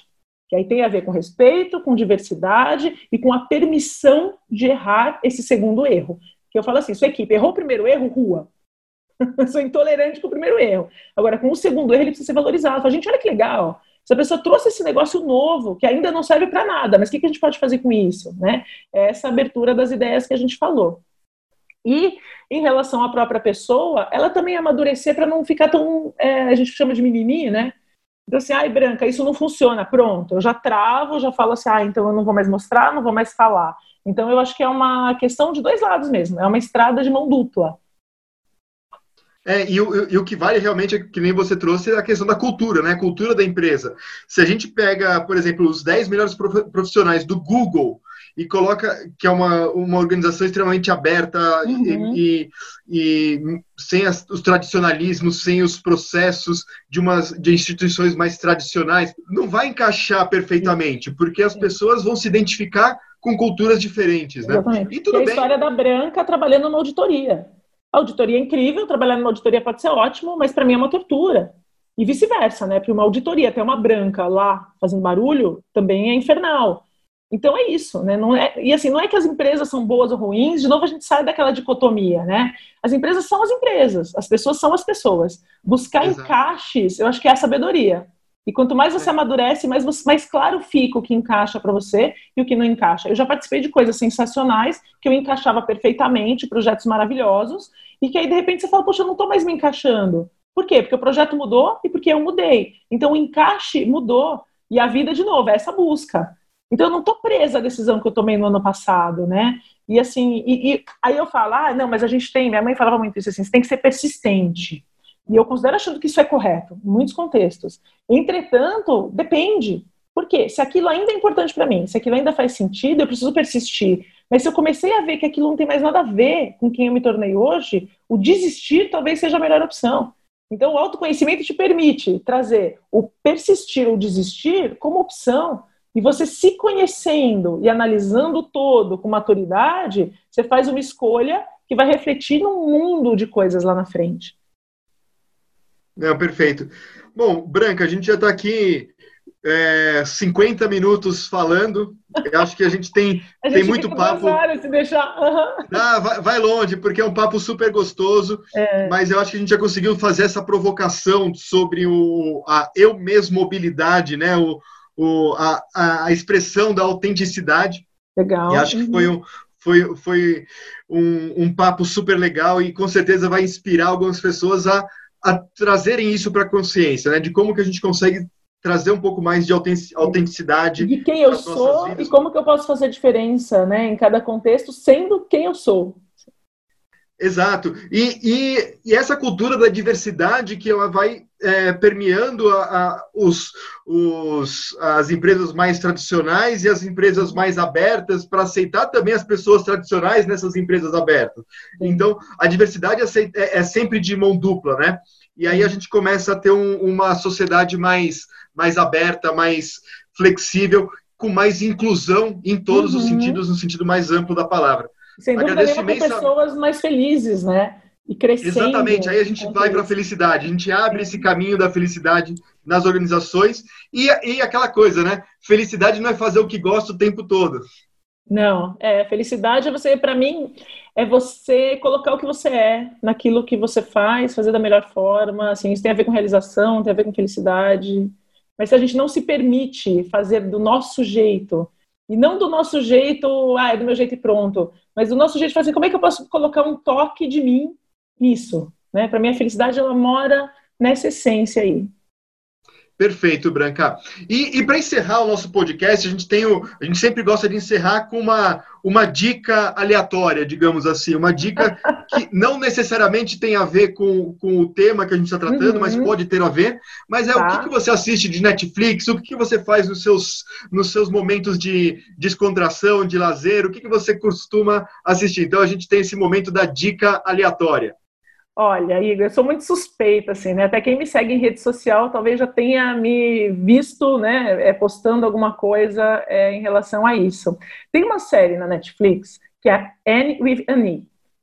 Que aí tem a ver com respeito, com diversidade e com a permissão de errar esse segundo erro. Que eu falo assim, sua equipe errou o primeiro erro, rua. Sou intolerante com o primeiro erro. Agora, com o segundo erro, ele precisa ser valorizado. Fala, gente, olha que legal. Essa pessoa trouxe esse negócio novo, que ainda não serve para nada, mas o que a gente pode fazer com isso? Né? É essa abertura das ideias que a gente falou. E, em relação à própria pessoa, ela também amadurecer para não ficar tão, a gente chama de mimimi, né? Então assim, ai, Branca, isso não funciona, pronto, eu já travo, já falo assim, então eu não vou mais mostrar, não vou mais falar. Então eu acho que é uma questão de dois lados mesmo, é uma estrada de mão dupla. E o que vale realmente, que nem você trouxe, é a questão da cultura, né? A cultura da empresa. Se a gente pega, por exemplo, os 10 melhores profissionais do Google e coloca que é uma organização extremamente aberta e sem os tradicionalismos, sem os processos de instituições mais tradicionais, não vai encaixar perfeitamente, porque as pessoas vão se identificar com culturas diferentes, né? Exatamente. E tudo bem. A história da Branca trabalhando numa auditoria. A auditoria é incrível, trabalhar numa auditoria pode ser ótimo, mas para mim é uma tortura. E vice-versa, né? Porque uma auditoria, até uma Branca lá fazendo barulho, também é infernal. Então é isso, né? E assim, não é que as empresas são boas ou ruins, de novo a gente sai daquela dicotomia, né? As empresas são as empresas, as pessoas são as pessoas. Buscar encaixes, eu acho que é a sabedoria. E quanto mais você amadurece, mais claro fica o que encaixa para você e o que não encaixa. Eu já participei de coisas sensacionais que eu encaixava perfeitamente, projetos maravilhosos, e que aí de repente você fala, poxa, eu não estou mais me encaixando. Por quê? Porque o projeto mudou e porque eu mudei. Então o encaixe mudou e a vida, de novo, é essa busca. Então eu não estou presa à decisão que eu tomei no ano passado, né? E assim, aí eu falo, não, mas a gente tem, minha mãe falava muito isso assim, você tem que ser persistente. E eu considero achando que isso é correto, em muitos contextos. Entretanto, depende. Por quê? Se aquilo ainda é importante para mim, se aquilo ainda faz sentido, eu preciso persistir. Mas se eu comecei a ver que aquilo não tem mais nada a ver com quem eu me tornei hoje, o desistir talvez seja a melhor opção. Então, o autoconhecimento te permite trazer o persistir ou desistir como opção. E você se conhecendo e analisando todo com maturidade, você faz uma escolha que vai refletir num mundo de coisas lá na frente. Perfeito. Bom, Branca, a gente já está aqui 50 minutos falando. Eu acho que a gente tem muito papo. Se deixar. Vai longe, porque é um papo super gostoso. Mas eu acho que a gente já conseguiu fazer essa provocação sobre a eu mesmo mobilidade, né? A expressão da autenticidade. Legal. E acho que foi um papo super legal e com certeza vai inspirar algumas pessoas a trazerem isso para a consciência, né? De como que a gente consegue trazer um pouco mais de autenticidade. De quem eu sou e como que eu posso fazer diferença, né? Em cada contexto, sendo quem eu sou. Exato. E essa cultura da diversidade que ela vai permeando as empresas mais tradicionais e as empresas mais abertas para aceitar também as pessoas tradicionais nessas empresas abertas. Então, a diversidade é sempre de mão dupla, né? E aí a gente começa a ter uma sociedade mais aberta, mais flexível, com mais inclusão em todos os sentidos, no sentido mais amplo da palavra. Sem dúvida nenhuma, com pessoas mais felizes, né? E crescendo. Exatamente, aí a gente vai para a felicidade, a gente abre esse caminho da felicidade nas organizações e aquela coisa, né? Felicidade não é fazer o que gosta o tempo todo. Não, felicidade para mim, é você colocar o que você é naquilo que você faz, fazer da melhor forma, assim, isso tem a ver com realização, tem a ver com felicidade, mas se a gente não se permite fazer do nosso jeito, e não do nosso jeito, é do meu jeito e pronto, mas do nosso jeito de fazer, como é que eu posso colocar um toque de mim nisso, né? Para mim a felicidade, ela mora nessa essência aí. Perfeito, Branca. E para encerrar o nosso podcast, a gente sempre gosta de encerrar com uma dica aleatória, digamos assim, uma dica que não necessariamente tem a ver com o tema que a gente está tratando, mas pode ter a ver. Mas o que você assiste de Netflix, o que você faz nos seus momentos de descontração, de lazer, o que você costuma assistir? Então a gente tem esse momento da dica aleatória. Olha, Igor, eu sou muito suspeita, assim, né? Até quem me segue em rede social talvez já tenha me visto, né, postando alguma coisa em relação a isso. Tem uma série na Netflix que é Anne with an E.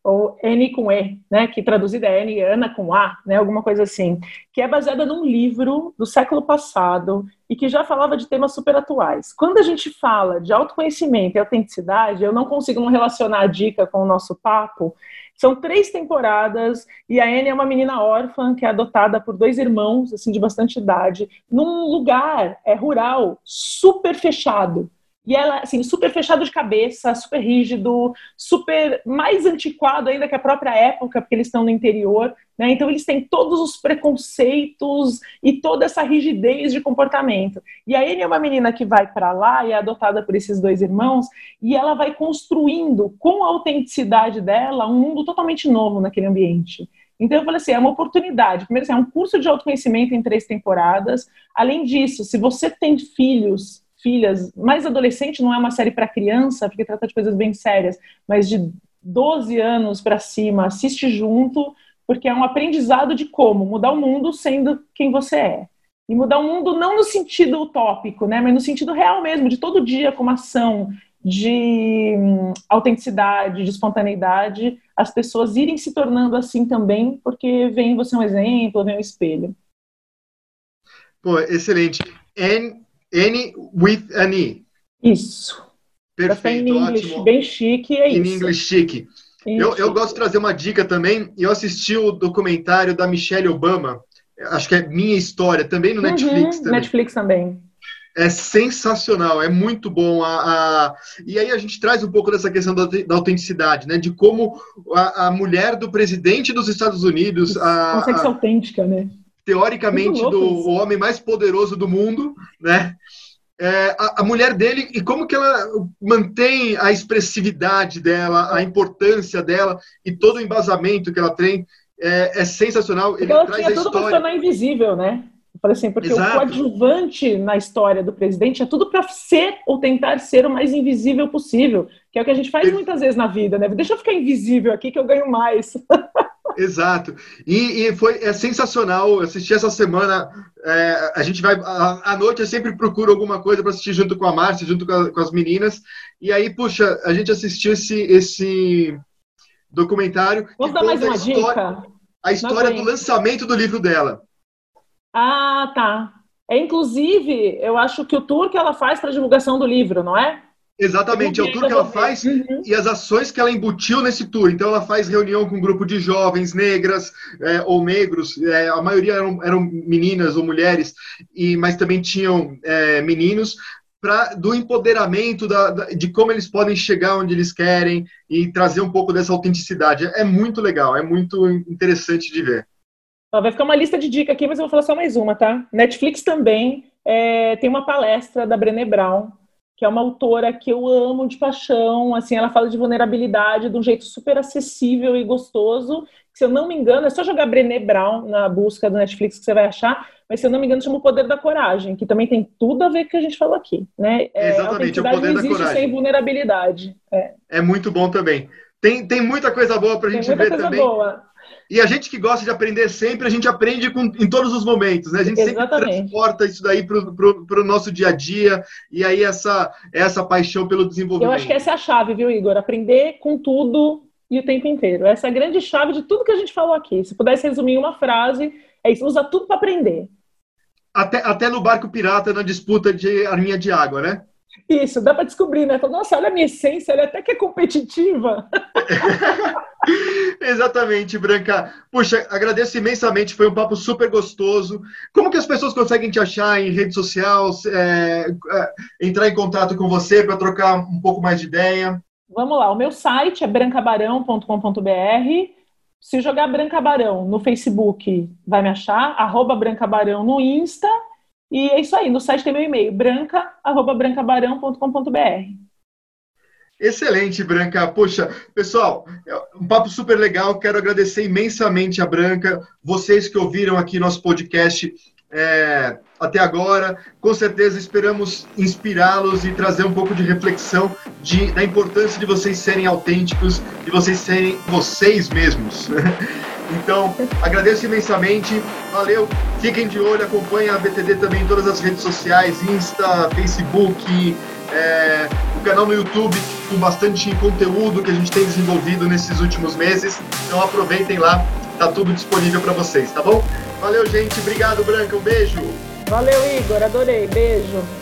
ou N com E, né, que traduzida é N, Ana com A, né, alguma coisa assim, que é baseada num livro do século passado e que já falava de temas super atuais. Quando a gente fala de autoconhecimento e autenticidade, eu não consigo não relacionar a dica com o nosso papo. São 3 temporadas e a Anne é uma menina órfã que é adotada por 2 irmãos, assim, de bastante idade, num lugar rural super fechado. E ela, assim, super fechado de cabeça, super rígido, super mais antiquado ainda que a própria época, porque eles estão no interior, né? Então eles têm todos os preconceitos e toda essa rigidez de comportamento. E a Anne é uma menina que vai para lá e é adotada por esses 2 irmãos, e ela vai construindo, com a autenticidade dela, um mundo totalmente novo naquele ambiente. Então eu falei assim, é uma oportunidade. Primeiro, assim, é um curso de autoconhecimento em 3 temporadas. Além disso, se você tem filhas, mais adolescente, não é uma série para criança, porque trata de coisas bem sérias, mas de 12 anos para cima, assiste junto, porque é um aprendizado de como mudar o mundo sendo quem você é. E mudar o mundo não no sentido utópico, né, mas no sentido real mesmo, de todo dia, com uma ação de autenticidade, de espontaneidade, as pessoas irem se tornando assim também, porque vem você um exemplo, vem um espelho. Pô, excelente. N with an E. Isso. Perfeito, English, ótimo. Bem chique, é isso. Em inglês chique. Eu gosto de trazer uma dica também. Eu assisti o documentário da Michelle Obama, acho que é Minha História, também no Netflix. Também. Netflix também. É sensacional, é muito bom. E aí a gente traz um pouco dessa questão da autenticidade, né? De como a mulher do presidente dos Estados Unidos... Consegue ser autêntica, né? Teoricamente, o homem mais poderoso do mundo, né? A mulher dele, e como que ela mantém a expressividade dela, a importância dela e todo o embasamento que ela tem, é sensacional. Porque ela tinha tudo para se tornar invisível, né? Eu falei assim, porque Exato. O coadjuvante na história do presidente é tudo para ser ou tentar ser o mais invisível possível, que é o que a gente faz muitas vezes na vida, né? Deixa eu ficar invisível aqui que eu ganho mais. Exato. E é sensacional. Eu assisti essa semana. A gente vai à noite, eu sempre procuro alguma coisa para assistir junto com a Márcia, junto com as meninas. E aí, puxa, a gente assistiu esse documentário. Vamos dar mais uma dica? A história do lançamento do livro dela. Ah, tá. Inclusive, eu acho que o tour que ela faz para divulgação do livro, não é? Exatamente, é o tour que ela faz e as ações que ela embutiu nesse tour. Então, ela faz reunião com um grupo de jovens negras ou negros, a maioria eram meninas ou mulheres, mas também tinham meninos, do empoderamento de como eles podem chegar onde eles querem e trazer um pouco dessa autenticidade. É muito legal, é muito interessante de ver. Vai ficar uma lista de dicas aqui, mas eu vou falar só mais uma, tá? Netflix também tem uma palestra da Brené Brown, que é uma autora que eu amo de paixão, assim, ela fala de vulnerabilidade de um jeito super acessível e gostoso, que, se eu não me engano, é só jogar Brené Brown na busca do Netflix que você vai achar, mas, se eu não me engano, chama O Poder da Coragem, que também tem tudo a ver com o que a gente falou aqui, né? Exatamente, O Poder da Coragem. Não existe sem vulnerabilidade. É muito bom também. Tem muita coisa boa pra gente ver também. Tem muita coisa boa. E a gente que gosta de aprender sempre, a gente aprende em todos os momentos, né? A gente sempre transporta isso daí para o nosso dia a dia, e aí essa paixão pelo desenvolvimento. Eu acho que essa é a chave, viu, Igor? Aprender com tudo e o tempo inteiro. Essa é a grande chave de tudo que a gente falou aqui. Se pudesse resumir em uma frase, é isso: usa tudo para aprender. Até no barco pirata, na disputa de arminha de água, né? Isso, dá para descobrir, né? Nossa, olha a minha essência, ela até que é competitiva. Exatamente, Branca. Puxa, agradeço imensamente, foi um papo super gostoso. Como que as pessoas conseguem te achar em rede social, entrar em contato com você para trocar um pouco mais de ideia? Vamos lá, o meu site é brancabarão.com.br. Se jogar Branca Barão no Facebook, vai me achar, @Branca Barão no Insta. E é isso aí, no site tem meu e-mail, branca@brancabarão.com.br. Excelente, Branca. Poxa, pessoal, um papo super legal. Quero agradecer imensamente a Branca, vocês que ouviram aqui nosso podcast até agora. Com certeza esperamos inspirá-los e trazer um pouco de reflexão da importância de vocês serem autênticos, de vocês serem vocês mesmos. Então, agradeço imensamente, valeu, fiquem de olho, acompanhem a BTD também em todas as redes sociais, Insta, Facebook, o canal no YouTube com bastante conteúdo que a gente tem desenvolvido nesses últimos meses. Então aproveitem lá, tá tudo disponível para vocês, tá bom? Valeu, gente. Obrigado, Branca. Um beijo. Valeu, Igor. Adorei. Beijo.